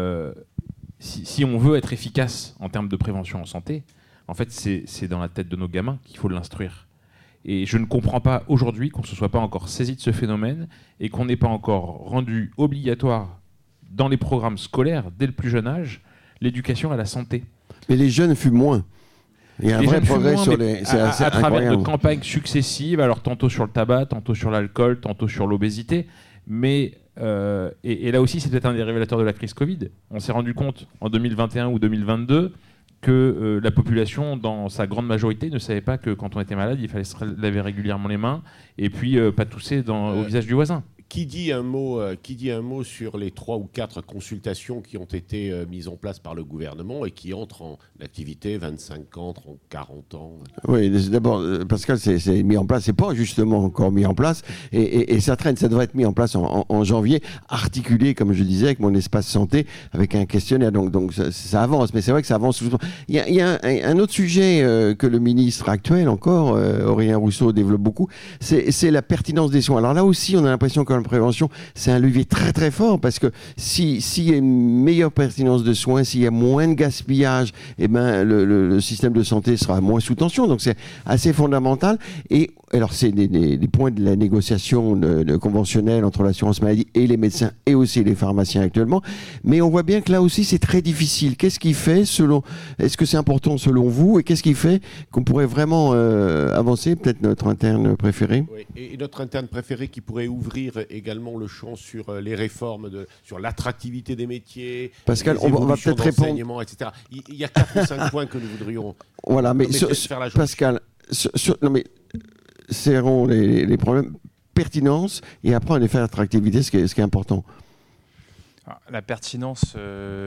si on veut être efficace en termes de prévention en santé, en fait, c'est dans la tête de nos gamins qu'il faut l'instruire. Et je ne comprends pas aujourd'hui qu'on ne se soit pas encore saisi de ce phénomène et qu'on n'ait pas encore rendu obligatoire dans les programmes scolaires, dès le plus jeune âge, l'éducation à la santé. Mais les jeunes fument moins. Il y a un Les vrai jeunes fument progrès moins, sur mais les. C'est assez à travers de incroyable. campagnes successives, alors tantôt sur le tabac, tantôt sur l'alcool, tantôt sur l'obésité. Mais, et là aussi, c'est peut-être un des révélateurs de la crise Covid. On s'est rendu compte en 2021 ou 2022 que la population, dans sa grande majorité, ne savait pas que quand on était malade, il fallait se laver régulièrement les mains et puis pas tousser au visage du voisin. Qui dit un mot sur les 3 ou 4 consultations qui ont été mises en place par le gouvernement et qui entrent en activité 25 ans, 30, 40 ans? Oui, d'abord, Pascal, c'est mis en place, c'est pas justement encore mis en place, et ça traîne, ça devrait être mis en place en janvier, articulé, comme je disais, avec mon espace santé, avec un questionnaire, donc ça avance, mais c'est vrai que ça avance. Il y a un autre sujet que le ministre actuel encore, Aurélien Rousseau, développe beaucoup, c'est la pertinence des soins. Alors là aussi, on a l'impression que la prévention, c'est un levier très très fort, parce que s'il y a une meilleure pertinence de soins, s'il y a moins de gaspillage, eh ben, le système de santé sera moins sous tension, donc c'est assez fondamental. Et alors c'est des points de la négociation conventionnelle entre l'assurance maladie et les médecins et aussi les pharmaciens actuellement, mais on voit bien que là aussi c'est très difficile. Qu'est-ce qui fait est-ce que c'est important selon vous, et qu'est-ce qui fait qu'on pourrait vraiment avancer? Peut-être notre interne préféré. Oui, et notre interne préféré qui pourrait ouvrir également le champ sur les réformes, sur l'attractivité des métiers, Pascal, les on va peut-être répondre, etc. Il y a 4 ou 5 points que nous voudrions. Voilà, mais faire la Pascal, non mais serrons les problèmes, pertinence, et après en effet attractivité, ce qui est important. La pertinence,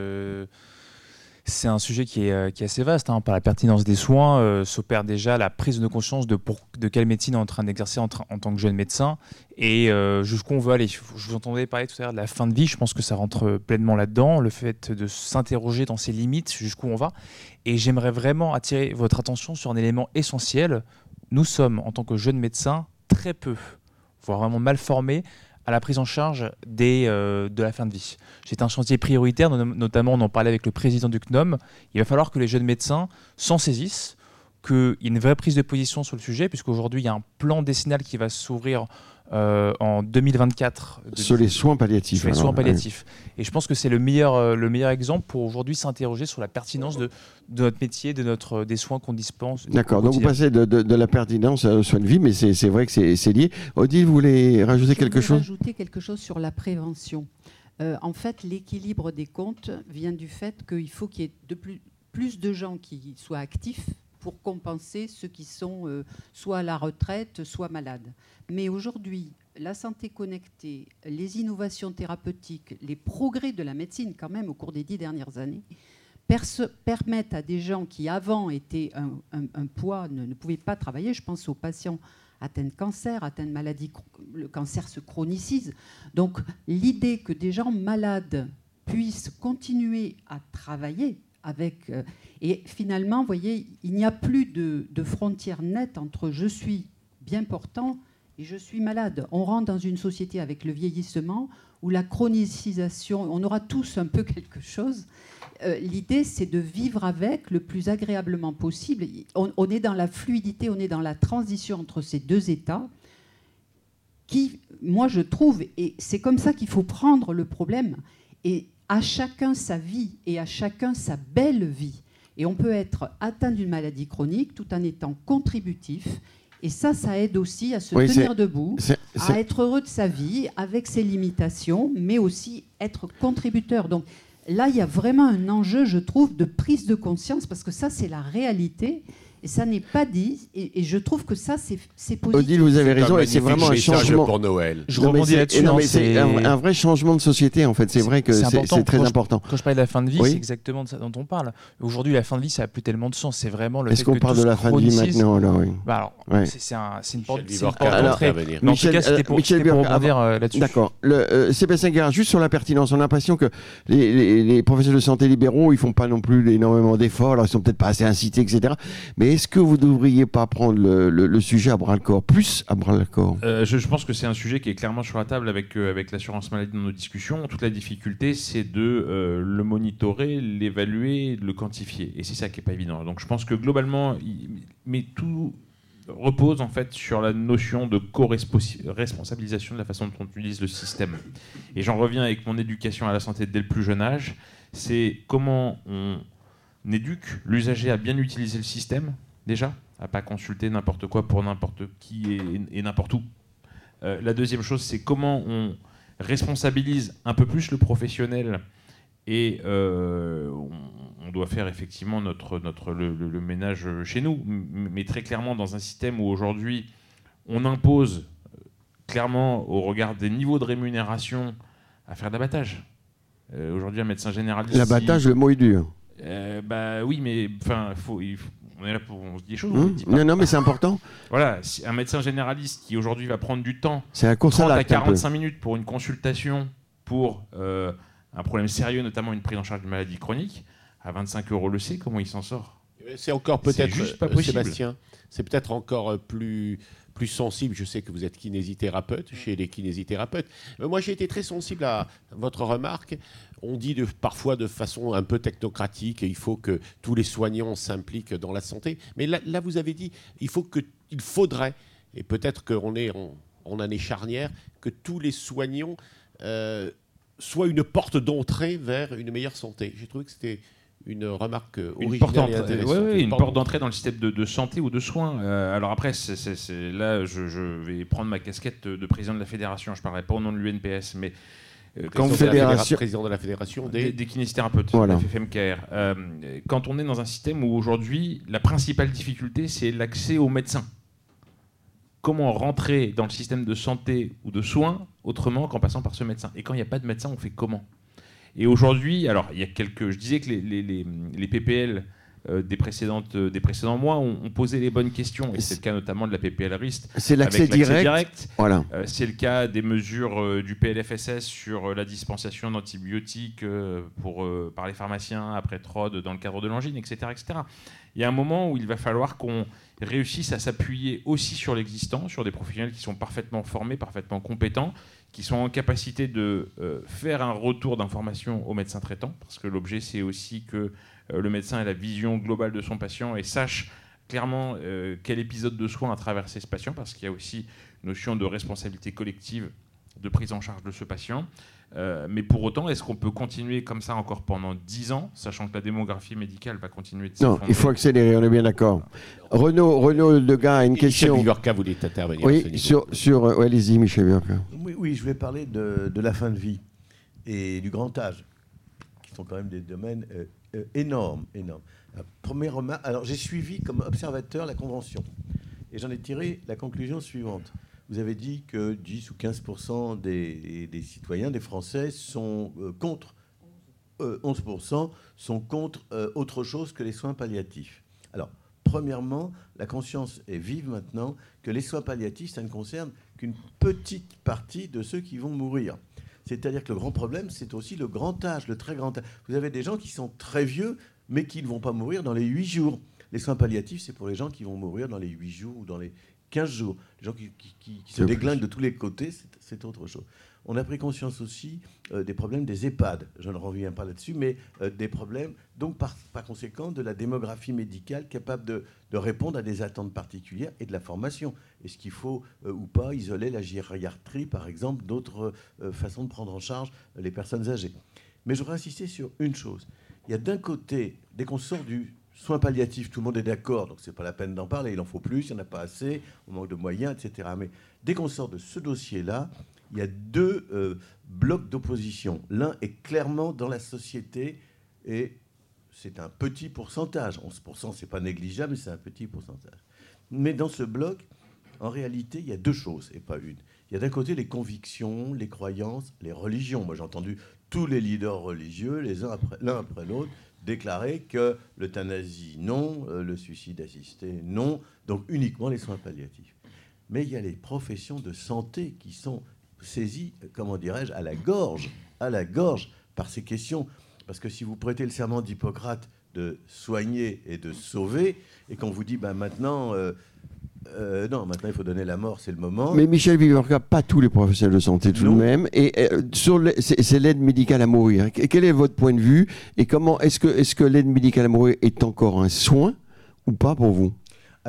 c'est un sujet qui est assez vaste. Par la pertinence des soins s'opère déjà la prise de conscience de quelle médecine on est en train d'exercer en tant que jeune médecin et jusqu'où on veut aller. Je vous entendais parler tout à l'heure de la fin de vie, je pense que ça rentre pleinement là-dedans, le fait de s'interroger dans ses limites, jusqu'où on va. Et j'aimerais vraiment attirer votre attention sur un élément essentiel. Nous sommes, en tant que jeunes médecins, très peu, voire vraiment mal formés à la prise en charge de la fin de vie. C'est un chantier prioritaire, notamment on en parlait avec le président du CNOM. Il va falloir que les jeunes médecins s'en saisissent, qu'il y ait une vraie prise de position sur le sujet, puisqu'aujourd'hui il y a un plan décennal qui va s'ouvrir en 2024 sur les soins palliatifs. Sur les soins palliatifs. Et je pense que c'est le meilleur exemple pour aujourd'hui s'interroger sur la pertinence de notre métier, des soins qu'on dispense. D'accord, donc vous passez de la pertinence aux soins de vie, mais c'est vrai que c'est lié. Odile, vous voulez rajouter quelque chose? Rajouter quelque chose sur la prévention. En fait, l'équilibre des comptes vient du fait qu'il faut qu'il y ait plus de gens qui soient actifs pour compenser ceux qui sont soit à la retraite, soit malades. Mais aujourd'hui, la santé connectée, les innovations thérapeutiques, les progrès de la médecine quand même au cours des 10 dernières années permettent à des gens qui avant étaient un poids, ne pouvaient pas travailler, je pense aux patients atteints de cancer, atteints de maladies, le cancer se chronicise. Donc l'idée que des gens malades puissent continuer à travailler avec... et finalement, vous voyez, il n'y a plus de frontière nette entre je suis bien portant et je suis malade. On rentre dans une société avec le vieillissement où la chronicisation, on aura tous un peu quelque chose. L'idée, c'est de vivre avec le plus agréablement possible. On est dans la fluidité, on est dans la transition entre ces deux états qui, moi, je trouve, et c'est comme ça qu'il faut prendre le problème, et à chacun sa vie et à chacun sa belle vie. Et on peut être atteint d'une maladie chronique tout en étant contributif. Et ça aide aussi à se tenir debout, à être heureux de sa vie, avec ses limitations, mais aussi être contributeur. Donc là, il y a vraiment un enjeu, je trouve, de prise de conscience, parce que ça, c'est la réalité. Et ça n'est pas dit, et je trouve que ça, c'est positif. Odile, vous avez raison, et c'est vraiment un changement pour Noël. Je rebondis là-dessus. C'est un vrai changement de société, en fait. C'est vrai que c'est très important. Quand je parlais de la fin de vie, c'est exactement de ça dont on parle. Aujourd'hui, la fin de vie, ça n'a plus tellement de sens. C'est vraiment le fait que est-ce qu'on parle de la fin de vie maintenant, alors? Oui. C'est une porte d'entrée. Mais en tout cas, c'était pour rebondir là-dessus. D'accord. Sébastien Guérard, juste sur la pertinence, on a l'impression que les professionnels de santé libéraux, ils font pas non plus énormément d'efforts, alors ils sont peut-être pas assez incités, etc. Mais est-ce que vous ne devriez pas prendre le sujet à bras-le-corps, plus à bras-le-corps? Je pense que c'est un sujet qui est clairement sur la table avec l'assurance maladie dans nos discussions. Toute la difficulté, c'est de le monitorer, l'évaluer, le quantifier. Et c'est ça qui n'est pas évident. Donc je pense que globalement, mais tout repose en fait sur la notion de co-responsabilisation de la façon dont on utilise le système. Et j'en reviens avec mon éducation à la santé dès le plus jeune âge. C'est comment on éduque l'usager à bien utiliser le système, déjà, à pas consulter n'importe quoi pour n'importe qui et n'importe où. La deuxième chose, c'est comment on responsabilise un peu plus le professionnel et on doit faire effectivement le ménage chez nous, mais très clairement dans un système où aujourd'hui on impose clairement au regard des niveaux de rémunération à faire de l'abattage. Aujourd'hui un médecin généraliste... L'abattage, le mot est dur. Oui, mais on est là pour on se dit des choses. Non, mais c'est important. Voilà, un médecin généraliste qui aujourd'hui va prendre du temps, c'est la course 30 à 45 minutes pour une consultation pour un problème sérieux, notamment une prise en charge d'une maladie chronique, à 25 € le C, comment il s'en sort? C'est encore peut-être, juste pas possible. Sébastien, c'est peut-être encore plus sensible. Je sais que vous êtes kinésithérapeute, chez les kinésithérapeutes. Moi, j'ai été très sensible à votre remarque. On dit parfois de façon un peu technocratique, il faut que tous les soignants s'impliquent dans la santé. Mais là vous avez dit, il faudrait, et peut-être qu'on est en année charnière, que tous les soignants soient une porte d'entrée vers une meilleure santé. J'ai trouvé que c'était une remarque originale et intéressante. Une porte d'entrée dans le système de santé ou de soins. Alors après, là, je vais prendre ma casquette de président de la fédération. Je ne parlerai pas au nom de l'UNPS, mais président de la fédération des kinésithérapeutes, voilà. la FFMKR. Quand on est dans un système où aujourd'hui, la principale difficulté, c'est l'accès aux médecins. Comment rentrer dans le système de santé ou de soins autrement qu'en passant par ce médecin? Et quand il n'y a pas de médecin, on fait comment? Et aujourd'hui, alors il y a je disais que les PPL des précédents mois ont posé les bonnes questions, et c'est le cas notamment de la PPL RIST. C'est l'accès direct. Voilà. C'est le cas des mesures du PLFSS sur la dispensation d'antibiotiques par les pharmaciens après TROD dans le cadre de l'angine, etc., etc. Il y a un moment où il va falloir qu'on réussisse à s'appuyer aussi sur l'existant, sur des professionnels qui sont parfaitement formés, parfaitement compétents, qui sont en capacité de faire un retour d'information au médecin traitant, parce que l'objet, c'est aussi que le médecin ait la vision globale de son patient et sache clairement quel épisode de soin a traversé ce patient, parce qu'il y a aussi une notion de responsabilité collective de prise en charge de ce patient. Mais pour autant, est-ce qu'on peut continuer comme ça encore pendant 10 ans, sachant que la démographie médicale va continuer de s'effondrer? Non, il faut accélérer, on est bien d'accord. Renaud Degas a une question. Michel Vivorca voulait intervenir. Oui, allez-y, Michel Vivorca. Oui, je vais parler de la fin de vie et du grand âge, qui sont quand même des domaines énormes. Première remarque, alors j'ai suivi comme observateur la convention, et j'en ai tiré la conclusion suivante. Vous avez dit que 10 ou 15% des citoyens, des Français, sont contre, 11% sont contre autre chose que les soins palliatifs. Alors, premièrement, la conscience est vive maintenant que les soins palliatifs, ça ne concerne qu'une petite partie de ceux qui vont mourir. C'est-à-dire que le grand problème, c'est aussi le grand âge, le très grand âge. Vous avez des gens qui sont très vieux, mais qui ne vont pas mourir dans les 8 jours. Les soins palliatifs, c'est pour les gens qui vont mourir dans les 8 jours ou dans les 15 jours. Les gens qui se déglinguent de tous les côtés, c'est autre chose. On a pris conscience aussi des problèmes des EHPAD. Je ne reviens pas là-dessus, mais des problèmes, donc par conséquent, de la démographie médicale capable de répondre à des attentes particulières et de la formation. Est-ce qu'il faut ou pas isoler la gériatrie, par exemple, d'autres façons de prendre en charge les personnes âgées? Mais je voudrais insister sur une chose. Il y a d'un côté, dès qu'on sort du soins palliatifs, tout le monde est d'accord, donc ce n'est pas la peine d'en parler, il en faut plus, il n'y en a pas assez, on manque de moyens, etc. Mais dès qu'on sort de ce dossier-là, il y a deux blocs d'opposition. L'un est clairement dans la société, et c'est un petit pourcentage. 11%, ce n'est pas négligeable, mais c'est un petit pourcentage. Mais dans ce bloc, en réalité, il y a deux choses, et pas une. Il y a d'un côté les convictions, les croyances, les religions. Moi, j'ai entendu tous les leaders religieux, l'un après l'autre, déclarer que l'euthanasie, non, le suicide assisté, non, donc uniquement les soins palliatifs. Mais il y a les professions de santé qui sont saisies, comment dirais-je, à la gorge par ces questions. Parce que si vous prêtez le serment d'Hippocrate de soigner et de sauver, et qu'on vous dit, maintenant... non, maintenant il faut donner la mort, c'est le moment. Mais Michel Vivorca, pas tous les professionnels de santé tout de même. Et c'est l'aide médicale à mourir. Quel est votre point de vue? Et comment est-ce que l'aide médicale à mourir est encore un soin ou pas pour vous? Alors,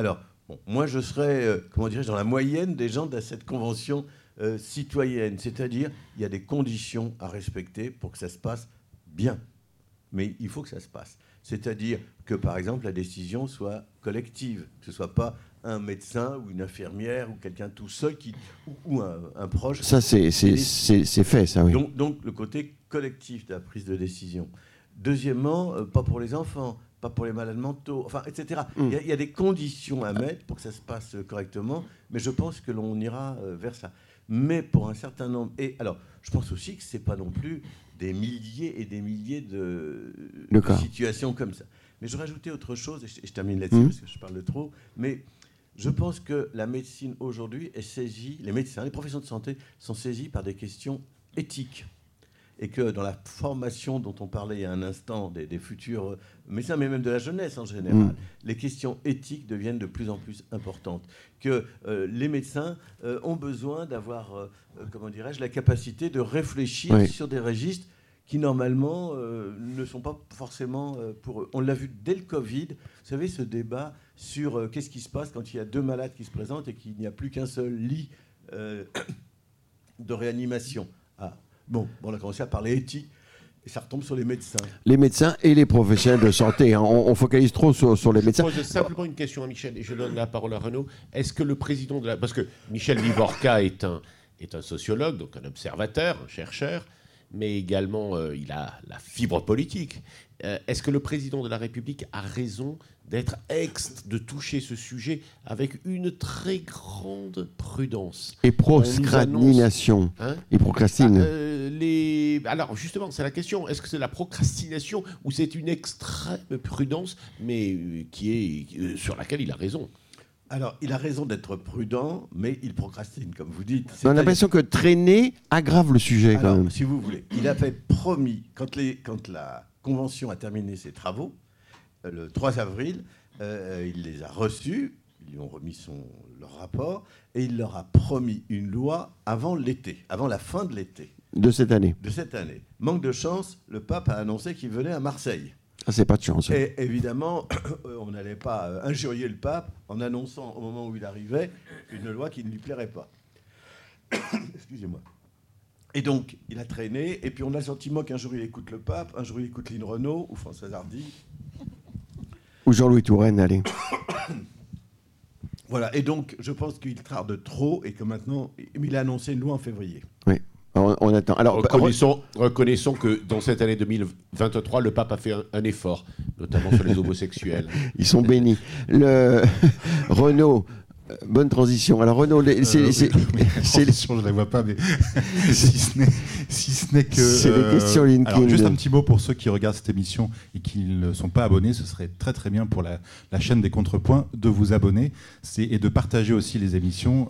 Bon, moi, je serais, dans la moyenne des gens de cette convention citoyenne. C'est-à-dire, il y a des conditions à respecter pour que ça se passe bien. Mais il faut que ça se passe. C'est-à-dire que, par exemple, la décision soit collective, que ce ne soit pas un médecin ou une infirmière ou quelqu'un tout seul ou un proche. Ça, c'est fait, ça, oui. Donc, le côté collectif de la prise de décision. Deuxièmement, pas pour les enfants, pas pour les malades mentaux, enfin, etc. Il y a des conditions à mettre pour que ça se passe correctement, mais je pense que l'on ira vers ça. Mais pour un certain nombre... Et alors, je pense aussi que ce n'est pas non plus des milliers et des milliers de situations comme ça. Mais je rajoutais autre chose, et je termine là-dessus parce que je parle de trop, mais je pense que la médecine aujourd'hui est saisie, les médecins, les professions de santé sont saisis par des questions éthiques. Et que dans la formation dont on parlait il y a un instant des futurs médecins, mais même de la jeunesse en général, les questions éthiques deviennent de plus en plus importantes. Que les médecins ont besoin d'avoir, la capacité de réfléchir sur des registres qui, normalement, ne sont pas forcément pour eux. On l'a vu dès le Covid, vous savez, ce débat sur qu'est-ce qui se passe quand il y a 2 malades qui se présentent et qu'il n'y a plus qu'un seul lit de réanimation. Bon, on a commencé à parler éthique, et ça retombe sur les médecins. Les médecins et les professionnels de santé. Hein. On focalise trop sur les médecins. Je pose simplement une question à Michel, et je donne la parole à Renaud. Est-ce que le président de la... Parce que Michel Vivorca est un sociologue, donc un observateur, un chercheur, mais également il a la fibre politique. Est-ce que le président de la République a raison de toucher ce sujet avec une très grande prudence et procrastination. Il procrastine. Alors justement, c'est la question. Est-ce que c'est la procrastination ou c'est une extrême prudence, mais sur laquelle il a raison? Alors, il a raison d'être prudent, mais il procrastine, comme vous dites. On a l'impression que traîner aggrave le sujet, quand même. Si vous voulez, il avait promis, quand la Convention a terminé ses travaux, le 3 avril, il les a reçus, ils lui ont remis leur rapport, et il leur a promis une loi avant l'été, avant la fin de l'été. De cette année. Manque de chance, le pape a annoncé qu'il venait à Marseille. Ah, c'est pas de chance. Et évidemment, on n'allait pas injurier le pape en annonçant au moment où il arrivait une loi qui ne lui plairait pas. Excusez-moi. Et donc, il a traîné, et puis on a le sentiment qu'un jour il écoute le pape, un jour il écoute Lynn Renault ou Françoise Hardy. Ou Jean-Louis Touraine, allez. Voilà, et donc je pense qu'il tarde trop et que maintenant, il a annoncé une loi en février. Oui. On attend. Alors, reconnaissons que dans cette année 2023, le pape a fait un effort, notamment sur les homosexuels. Ils sont bénis. Renaud, bonne transition. Alors Renaud, transition, je ne la vois pas, mais si ce n'est que... C'est les questions LinkedIn. Alors, juste un petit mot pour ceux qui regardent cette émission et qui ne sont pas abonnés, ce serait très très bien pour la chaîne des Contrepoints de vous abonner et de partager aussi les émissions.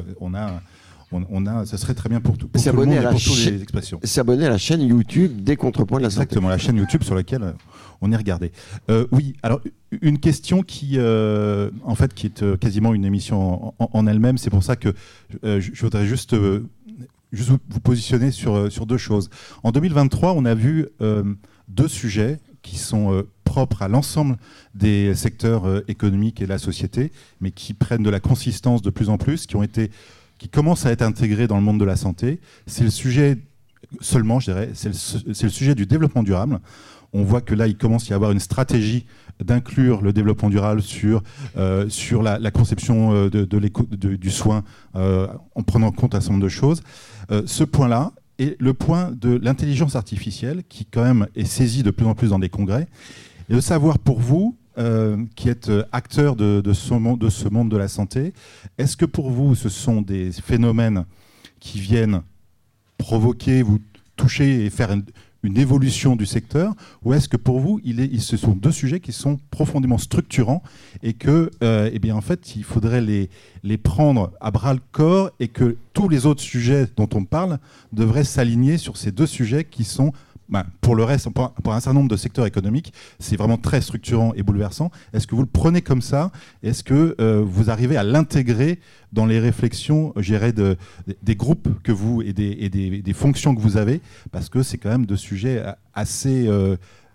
Ça serait très bien pour tout le monde et pour toutes les expressions. S'abonner à la chaîne YouTube des Contrepoints de la Santé. Exactement, la chaîne YouTube sur laquelle on est regardé. Oui, alors une question qui est quasiment une émission en elle-même. C'est pour ça que je voudrais juste vous positionner sur 2 choses. En 2023, on a vu 2 sujets qui sont propres à l'ensemble des secteurs économiques et de la société, mais qui prennent de la consistance de plus en plus, qui commence à être intégré dans le monde de la santé. C'est le sujet seulement, je dirais, c'est le sujet du développement durable. On voit que là, il commence à y avoir une stratégie d'inclure le développement durable sur la conception du soin en prenant en compte un certain nombre de choses. Ce point-là est le point de l'intelligence artificielle qui, quand même, est saisi de plus en plus dans des congrès. Et de savoir pour vous, qui êtes acteur de ce monde de la santé, est-ce que pour vous, ce sont des phénomènes qui viennent provoquer, vous toucher et faire une évolution du secteur, ou est-ce que pour vous, ce sont 2 sujets qui sont profondément structurants et que, en fait, il faudrait les prendre à bras-le-corps et que tous les autres sujets dont on parle devraient s'aligner sur ces 2 sujets qui sont... pour le reste, pour un certain nombre de secteurs économiques, c'est vraiment très structurant et bouleversant. Est-ce que vous le prenez comme ça? Est-ce que vous arrivez à l'intégrer dans les réflexions, je dirais, des groupes que vous et des fonctions que vous avez? Parce que c'est quand même 2 sujets assez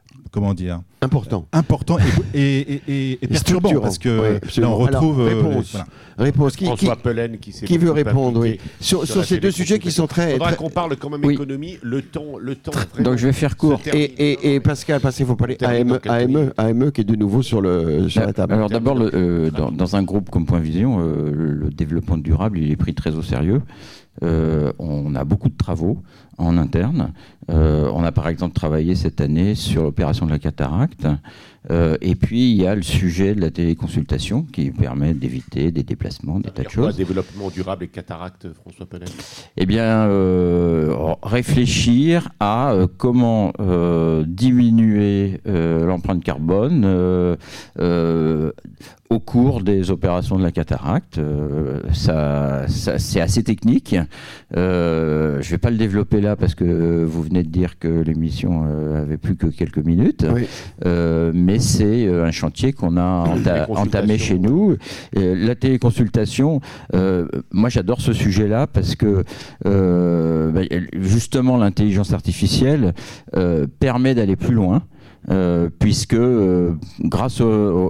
comment dire, important et perturbant, structurant. parce que Oui, là on retrouve réponse. François Pellen Qui veut répondre, oui. Sur ces deux sujets qui sont très... Il faudra qu'on parle quand même économie, le temps Donc je vais faire court. Et Pascal, parce qu'il faut parler AME qui est de nouveau sur la table. Alors d'abord, dans un groupe comme Point Vision, le développement durable, il est pris très au sérieux. On a beaucoup de travaux en interne. On a par exemple travaillé cette année sur l'opération de la cataracte. Et puis il y a le sujet de la téléconsultation qui permet d'éviter des déplacements, des tas de choses. Développement durable et cataracte, François Pellen. Eh bien, réfléchir à comment diminuer l'empreinte carbone au cours des opérations de la cataracte. Ça, c'est assez technique. Je ne vais pas le développer là parce que vous venez de dire que l'émission avait plus que quelques minutes. Oui. Mais c'est un chantier qu'on a entamé chez nous. La téléconsultation, moi j'adore ce sujet-là parce que justement l'intelligence artificielle permet d'aller plus loin. Puisque grâce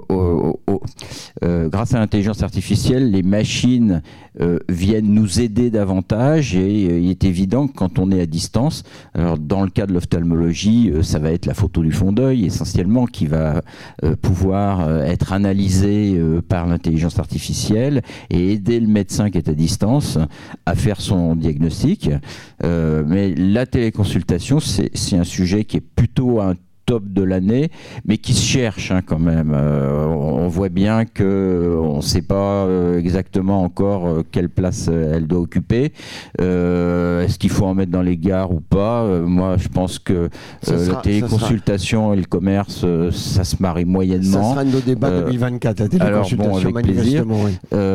à l'intelligence artificielle, les machines viennent nous aider davantage et il est évident que quand on est à distance, alors dans le cas de l'ophtalmologie, ça va être la photo du fond d'œil essentiellement qui va pouvoir être analysée par l'intelligence artificielle et aider le médecin qui est à distance à faire son diagnostic. Mais la téléconsultation, c'est un sujet qui est plutôt un top de l'année, mais qui se cherche quand même. On voit bien qu'on ne sait pas exactement encore quelle place elle doit occuper. Est-ce qu'il faut en mettre dans les gares ou pas? Moi, je pense que la téléconsultation et le commerce, ça se marie moyennement. Ça sera nos débats 2024, la téléconsultation, avec plaisir. Oui.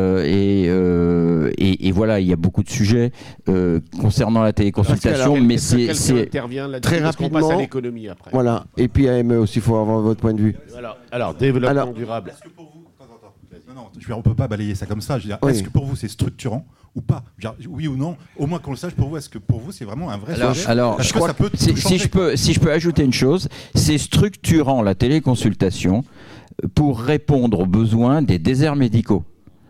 Et voilà, il y a beaucoup de sujets concernant la téléconsultation, mais c'est très rapidement. On passe à l'économie après. Voilà. Et puis AME aussi, il faut avoir votre point de vue. Alors développement durable. Est-ce que pour vous... Non, on ne peut pas balayer ça comme ça. Je veux dire, oui. Est-ce que pour vous c'est structurant ou pas? Oui ou non? Au moins qu'on le sache pour vous. Est-ce que pour vous c'est vraiment un vrai sujet? Alors, je crois que si je peux ajouter une chose, c'est structurant la téléconsultation pour répondre aux besoins des déserts médicaux.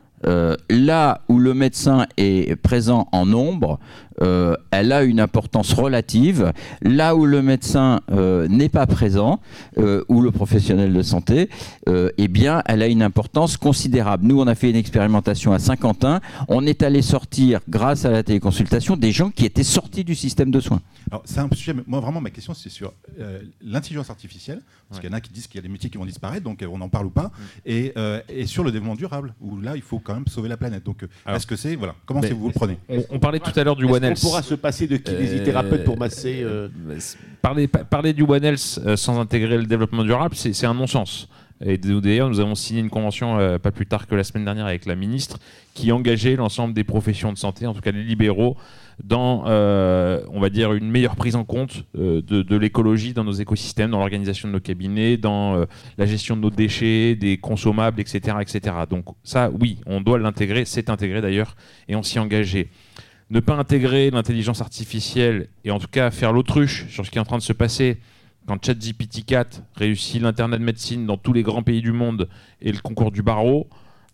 Là où le médecin est présent en nombre, elle a une importance relative. Là où le médecin n'est pas présent, ou le professionnel de santé, eh bien, elle a une importance considérable. Nous, on a fait une expérimentation à Saint-Quentin. On est allé sortir, grâce à la téléconsultation, des gens qui étaient sortis du système de soins. Alors, c'est un sujet, moi vraiment, ma question, c'est sur l'intelligence artificielle, parce qu'il y en a qui disent qu'il y a des métiers qui vont disparaître, donc on en parle ou pas, et sur le développement durable, où là, il faut quand même sauver la planète. Donc, est-ce que c'est... Voilà, comment vous le prenez? On parlait tout à l'heure du One Health. On pourra se passer de kinésithérapeute pour masser... Parler du One Health sans intégrer le développement durable, c'est un non-sens. Et d'ailleurs, nous avons signé une convention pas plus tard que la semaine dernière avec la ministre qui engageait l'ensemble des professions de santé, en tout cas les libéraux, dans, on va dire, une meilleure prise en compte de l'écologie dans nos écosystèmes, dans l'organisation de nos cabinets, dans la gestion de nos déchets, des consommables, etc., etc. Donc ça, oui, on doit l'intégrer, c'est intégré d'ailleurs, et on s'y est engagé. Ne pas intégrer l'intelligence artificielle et en tout cas faire l'autruche sur ce qui est en train de se passer quand ChatGPT 4 réussit l'internat de médecine dans tous les grands pays du monde et le concours du barreau,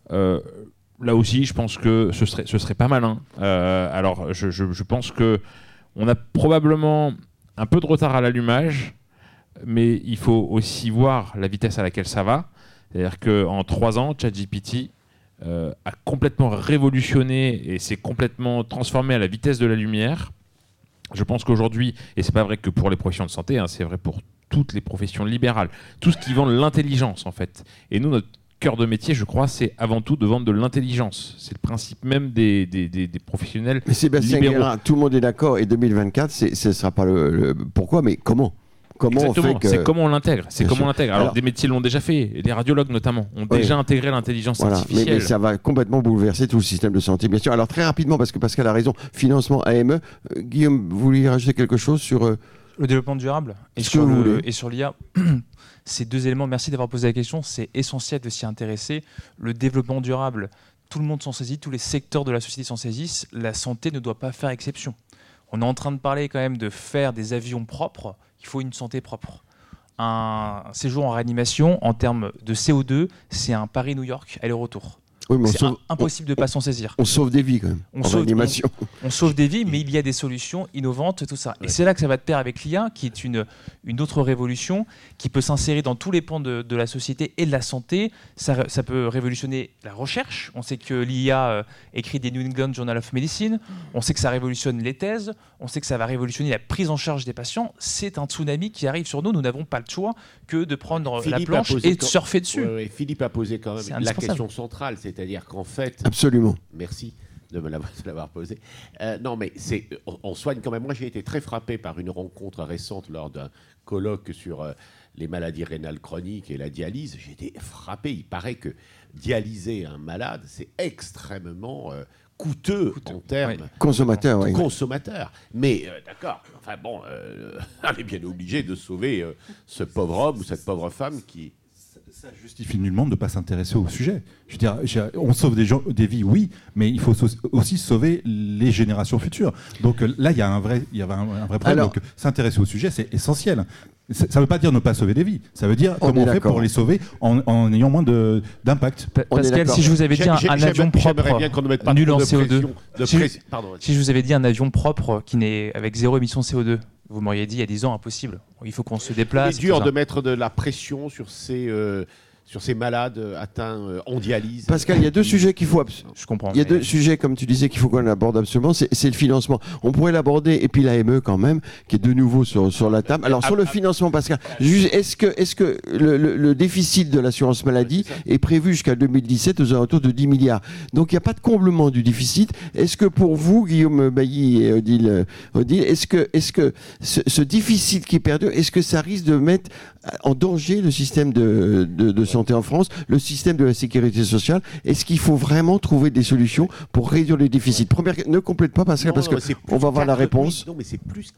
là aussi je pense que ce serait pas malin. Alors je pense qu'on a probablement un peu de retard à l'allumage, mais il faut aussi voir la vitesse à laquelle ça va. C'est-à-dire qu'en 3 ans, ChatGPT a complètement révolutionné et s'est complètement transformé à la vitesse de la lumière. Je pense qu'aujourd'hui, et c'est pas vrai que pour les professions de santé, c'est vrai pour toutes les professions libérales, tout ce qui vend l'intelligence en fait. Et nous, notre cœur de métier, je crois, c'est avant tout de vendre de l'intelligence. C'est le principe même des professionnels. Mais Sébastien Guérin, tout le monde est d'accord, et 2024, ce ne sera pas le pourquoi, mais comment? Exactement, on fait que... c'est comment on l'intègre. Alors des métiers l'ont déjà fait, et des radiologues notamment ont déjà intégré l'intelligence artificielle. Mais ça va complètement bouleverser tout le système de santé, bien sûr. Alors très rapidement, parce que Pascal a raison, financement AME. Guillaume, vous vouliez rajouter quelque chose sur... le développement durable et sur l'IA. Ces deux éléments, merci d'avoir posé la question, c'est essentiel de s'y intéresser. Le développement durable, tout le monde s'en saisit, tous les secteurs de la société s'en saisissent, la santé ne doit pas faire exception. On est en train de parler quand même de faire des avions propres, il faut une santé propre. un séjour en réanimation, en termes de CO2, c'est un Paris-New York aller-retour. Oui, mais C'est impossible de ne pas s'en saisir. on sauve des vies quand même. On en sauve, réanimation. on sauve des vies, mais il y a des solutions innovantes, tout ça. Et c'est là que ça va de pair avec l'IA, qui est une autre révolution, qui peut s'insérer dans tous les pans de la société et de la santé. Ça peut révolutionner la recherche. On sait que l'IA écrit des New England Journal of Medicine. On sait que ça révolutionne les thèses. On sait que ça va révolutionner la prise en charge des patients. C'est un tsunami qui arrive sur nous. Nous n'avons pas le chois que de prendre la planche et de surfer dessus. Philippe a posé quand C'est même la indispensable. question centrale, c'est-à-dire qu'en fait... Absolument. Merci de me l'avoir posé. Non, mais on soigne quand même. Moi, j'ai été très frappé par une rencontre récente lors d'un colloque sur les maladies rénales chroniques et la dialyse. J'ai été frappé. Il paraît que dialyser un malade, c'est extrêmement coûteux en termes Consommateur, oui. consommateur. Mais d'accord, enfin bon, on est bien obligé de sauver ce pauvre homme ou cette pauvre femme qui... Ça justifie nullement de ne pas s'intéresser au sujet. Je veux dire, on sauve des vies, oui, mais il faut aussi sauver les générations futures. Donc là, il y avait un vrai problème. Alors, donc s'intéresser au sujet, c'est essentiel. Ça ne veut pas dire ne pas sauver des vies. Ça veut dire comment on fait pour les sauver en ayant moins d'impact. Pascal, si je vous avais dit un avion propre, nul en CO2, si je vous avais dit un avion propre qui n'est avec 0 émission CO2, vous m'auriez dit il y a 10 ans, impossible. Il faut qu'on se déplace. C'est dur de mettre de la pression sur ces malades atteints en dialyse. Pascal, il y a deux sujets qu'il faut... Je comprends. Il y a deux sujets, comme tu disais, qu'il faut qu'on aborde absolument. C'est le financement. On pourrait l'aborder, et puis l'AME quand même, qui est de nouveau sur la table. Alors, sur le financement, Pascal, est-ce que le déficit de l'assurance maladie est prévu jusqu'à 2017 aux alentours de 10 milliards? Donc, il n'y a pas de comblement du déficit. Est-ce que pour vous, Guillaume Bailly et Odile, est-ce que ce déficit qui perdure, est-ce que ça risque de mettre en danger le système de santé en France, le système de la sécurité sociale? Est-ce qu'il faut vraiment trouver des solutions pour réduire les déficits? Première, ne complète pas, Pascal, parce qu'on va voir la réponse. Non, mais c'est plus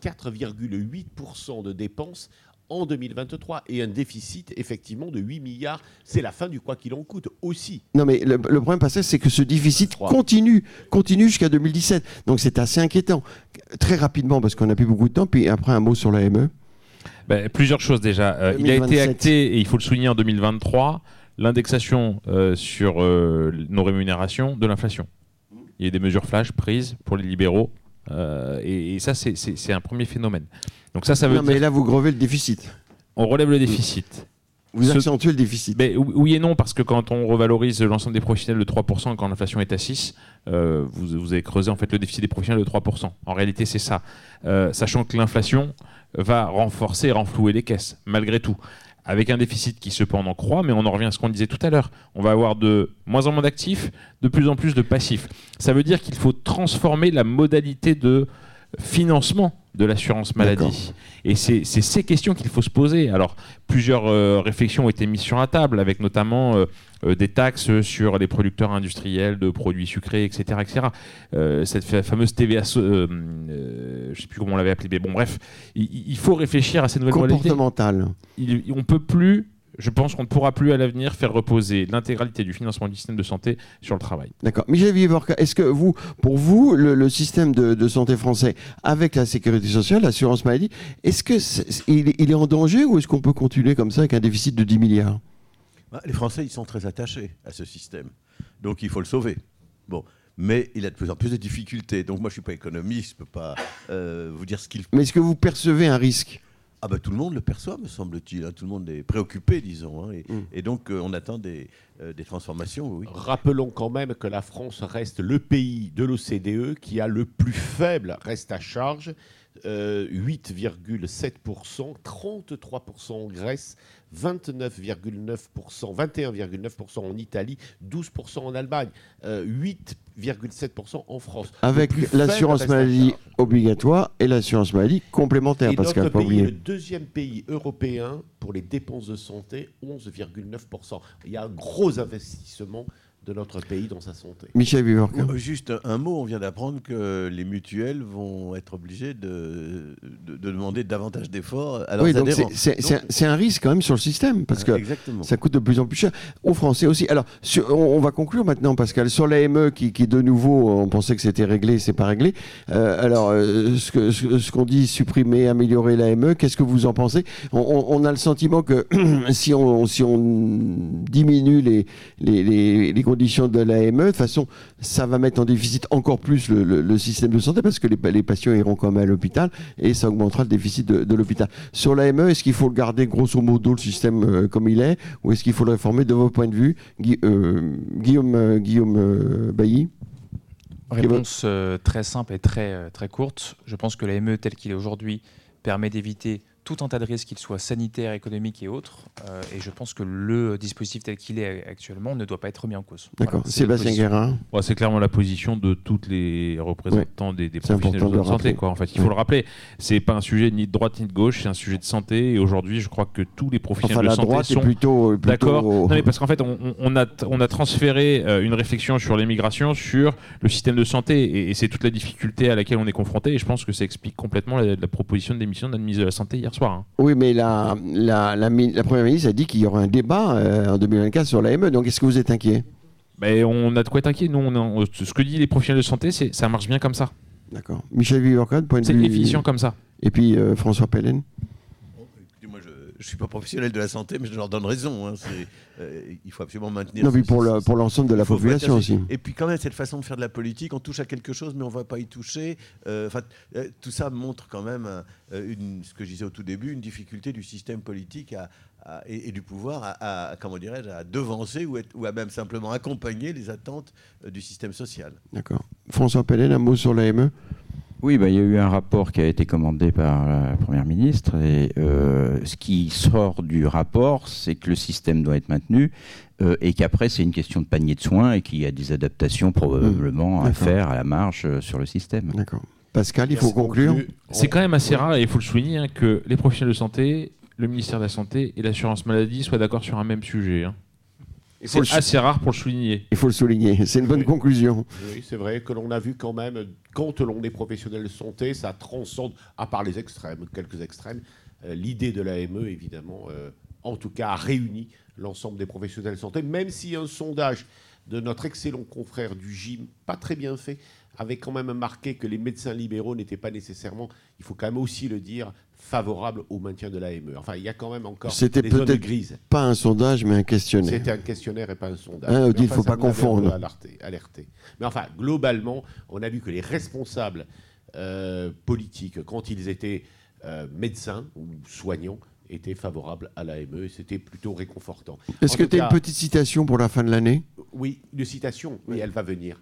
4,8% de dépenses en 2023 et un déficit effectivement de 8 milliards. C'est la fin du quoi qu'il en coûte aussi. Non, mais le problème, Pascal, c'est que ce déficit continue jusqu'à 2017. Donc c'est assez inquiétant. Très rapidement, parce qu'on n'a plus beaucoup de temps, puis après un mot sur l'AME. Plusieurs choses déjà. Il a été acté, et il faut le souligner en 2023, l'indexation sur nos rémunérations de l'inflation. Il y a des mesures flash prises pour les libéraux. Et ça, c'est un premier phénomène. Donc ça veut dire... mais là, vous grevez le déficit. On relève le déficit. Vous accentuez le déficit. Oui et non, parce que quand on revalorise l'ensemble des professionnels de 3%, quand l'inflation est à 6%, vous avez creusé en fait le déficit des professionnels de 3%. En réalité, c'est ça. Sachant que l'inflation va renforcer et renflouer les caisses, malgré tout. Avec un déficit qui cependant croît, mais on en revient à ce qu'on disait tout à l'heure. On va avoir de moins en moins d'actifs, de plus en plus de passifs. Ça veut dire qu'il faut transformer la modalité de financement de l'assurance maladie. D'accord. Et c'est ces questions qu'il faut se poser. Alors, plusieurs réflexions ont été mises sur la table, avec notamment des taxes sur les producteurs industriels de produits sucrés, etc. etc. Cette fameuse TVA, je ne sais plus comment on l'avait appelée, mais bon, bref, il faut réfléchir à ces nouvelles modalités. Comportementales. On ne peut plus... Je pense qu'on ne pourra plus à l'avenir faire reposer l'intégralité du financement du système de santé sur le travail. D'accord. Michel Vivorca, est-ce que pour vous, le système de santé français avec la sécurité sociale, l'assurance maladie, est-ce qu'il est en danger ou est-ce qu'on peut continuer comme ça avec un déficit de 10 milliards ? Les Français, ils sont très attachés à ce système. Donc il faut le sauver. Bon. Mais il a de plus en plus de difficultés. Donc moi, je ne suis pas économiste, je ne peux pas vous dire ce qu'il faut. Mais est-ce que vous percevez un risque ? Tout le monde le perçoit, me semble-t-il. Tout le monde est préoccupé, disons. Et donc, on attend des transformations, oui. Rappelons quand même que la France reste le pays de l'OCDE qui a le plus faible reste à charge. 8,7%, 33% en Grèce, 21,9% en Italie, 12% en Allemagne, 8,7% en France. Avec l'assurance maladie obligatoire et l'assurance maladie complémentaire, Pascal. Notre pays est le deuxième pays européen pour les dépenses de santé, 11,9%. Il y a un gros investissement de notre pays dans sa santé. Michel Vivorca. Juste un mot, on vient d'apprendre que les mutuelles vont être obligées de demander davantage d'efforts à leurs Oui, donc adhérents. c'est un risque quand même sur le système, parce que Exactement. ça coûte de plus en plus cher aux Français aussi. Alors, on va conclure maintenant, Pascal, sur l'AME qui de nouveau, on pensait que c'était réglé, c'est pas réglé. Ce qu'on dit, supprimer, améliorer l'AME, qu'est-ce que vous en pensez? On a le sentiment que si on diminue les conditions de l'AME, de toute façon, ça va mettre en déficit encore plus le système de santé, parce que les patients iront quand même à l'hôpital et ça augmentera le déficit de l'hôpital. Sur l'AME, est-ce qu'il faut le garder grosso modo le système comme il est, ou est-ce qu'il faut le réformer de vos points de vue? Guillaume Bailly? Réponse très simple et très courte. Je pense que l'AME tel qu'il est aujourd'hui permet d'éviter tout un tas de risques, qu'ils soient sanitaires, économiques et autres. Et je pense que le dispositif tel qu'il est actuellement ne doit pas être remis en cause. D'accord. Voilà, Sébastien Guérin. Ouais, c'est clairement la position de tous les représentants des professionnels important de de santé. rappeler. Quoi. En fait, il faut le rappeler. C'est pas un sujet ni de droite ni de gauche, c'est un sujet de santé. Et aujourd'hui, je crois que tous les professionnels Enfin, la de santé droite sont est plutôt d'accord. Non, mais parce qu'en fait, on a transféré une réflexion sur l'immigration, sur le système de santé, et c'est toute la difficulté à laquelle on est confronté. Et je pense que ça explique complètement la proposition de démission de la ministre de la Santé hier soir. Hein. Oui, mais la Première ministre a dit qu'il y aura un débat en 2024 sur l'AME, donc est-ce que vous êtes inquiet? Ben, on a de quoi être inquiet. Nous, ce que disent les professionnels de santé, ça marche bien comme ça. D'accord. Michel Vivorca, point de C'est vue efficient comme ça. Et puis François Pellen. Moi, je ne suis pas professionnel de la santé, mais je leur donne raison. Hein. Il faut absolument maintenir... Non, mais pour l'ensemble de la population aussi. Et puis quand même, cette façon de faire de la politique, on touche à quelque chose, mais on ne va pas y toucher. Tout ça montre quand même, ce que je disais au tout début, une difficulté du système politique et du pouvoir comment dirais-je, à devancer ou à même simplement accompagner les attentes du système social. D'accord. François Pellen, un mot sur l'AME? Oui, il y a eu un rapport qui a été commandé par la Première ministre et ce qui sort du rapport, c'est que le système doit être maintenu et qu'après, c'est une question de panier de soins et qu'il y a des adaptations probablement à faire à la marge sur le système. D'accord. Pascal, il faut conclure. C'est quand même assez rare, et il faut le souligner, hein, que les professionnels de santé, le ministère de la Santé et l'assurance maladie soient d'accord sur un même sujet. Hein. C'est assez rare pour le souligner. Il faut le souligner, c'est une bonne conclusion. Oui, c'est vrai que l'on a vu quand même, quand l'on est professionnel de santé, ça transcende, à part les extrêmes, quelques extrêmes, l'idée de l'AME, évidemment, en tout cas, a réuni l'ensemble des professionnels de santé, même si un sondage de notre excellent confrère du GIM, pas très bien fait, avait quand même marqué que les médecins libéraux n'étaient pas nécessairement, il faut quand même aussi le dire, favorables au maintien de l'AME. Enfin, il y a quand même encore C'était des zones peut-être grises. Pas un sondage, mais un questionnaire. C'était un questionnaire et pas un sondage. Il ne faut pas confondre. Alerter. Mais enfin, globalement, on a vu que les responsables politiques, quand ils étaient médecins ou soignants, étaient favorables à l'AME et c'était plutôt réconfortant. Est-ce que tu as une petite citation pour la fin de l'année? Oui, une citation, mais elle va venir.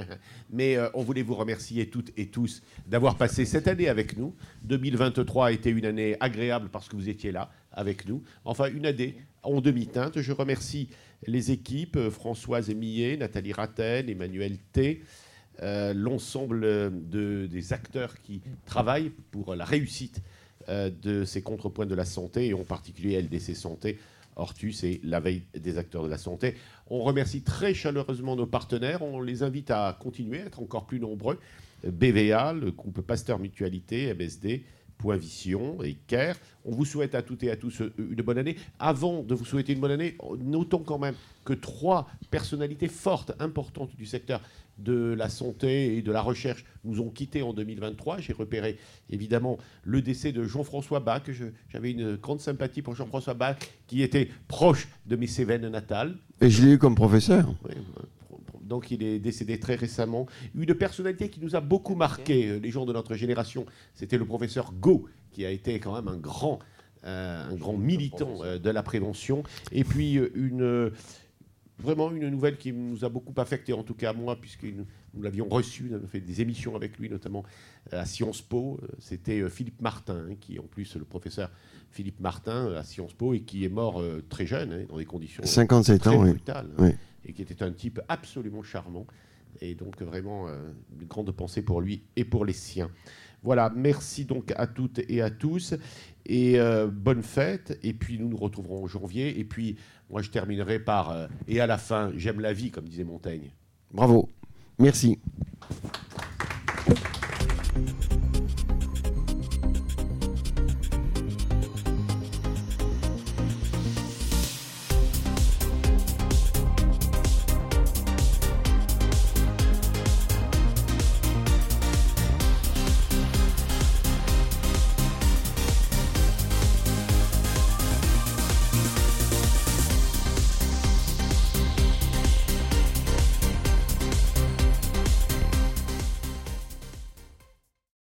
Mais on voulait vous remercier toutes et tous d'avoir passé cette année avec nous. 2023 a été une année agréable parce que vous étiez là avec nous. Enfin, une année en demi-teinte. Je remercie les équipes, Françoise Millet, Nathalie Ratten, Emmanuel T, l'ensemble des acteurs qui travaillent pour la réussite de ces contrepoints de la santé, et en particulier LDC Santé, Ortus et la veille des acteurs de la santé. On remercie très chaleureusement nos partenaires. On les invite à continuer, à être encore plus nombreux. BVA, le groupe Pasteur Mutualité, MSD, Point Vision et CARE. On vous souhaite à toutes et à tous une bonne année. Avant de vous souhaiter une bonne année, notons quand même que 3 personnalités fortes, importantes du secteur de la santé et de la recherche nous ont quittés en 2023. J'ai repéré évidemment le décès de Jean-François Bach. J'avais une grande sympathie pour Jean-François Bach, qui était proche de mes Cévennes natales. Et je l'ai eu comme professeur. Oui, donc il est décédé très récemment. Une personnalité qui nous a beaucoup marqué, les gens de notre génération, c'était le professeur Gau, qui a été quand même un grand militant de la prévention. Et puis vraiment une nouvelle qui nous a beaucoup affecté, en tout cas moi, puisque nous l'avions reçu, nous avons fait des émissions avec lui, notamment à Sciences Po. C'était Philippe Martin, qui en plus le professeur Philippe Martin à Sciences Po, et qui est mort très jeune, dans des conditions 57 très ans, brutales, oui. Et qui était un type absolument charmant. Et donc vraiment une grande pensée pour lui et pour les siens. Voilà, merci donc à toutes et à tous. Et bonne fête. Et puis nous nous retrouverons en janvier. Et puis moi je terminerai par et à la fin, j'aime la vie, comme disait Montaigne. Bravo. Merci.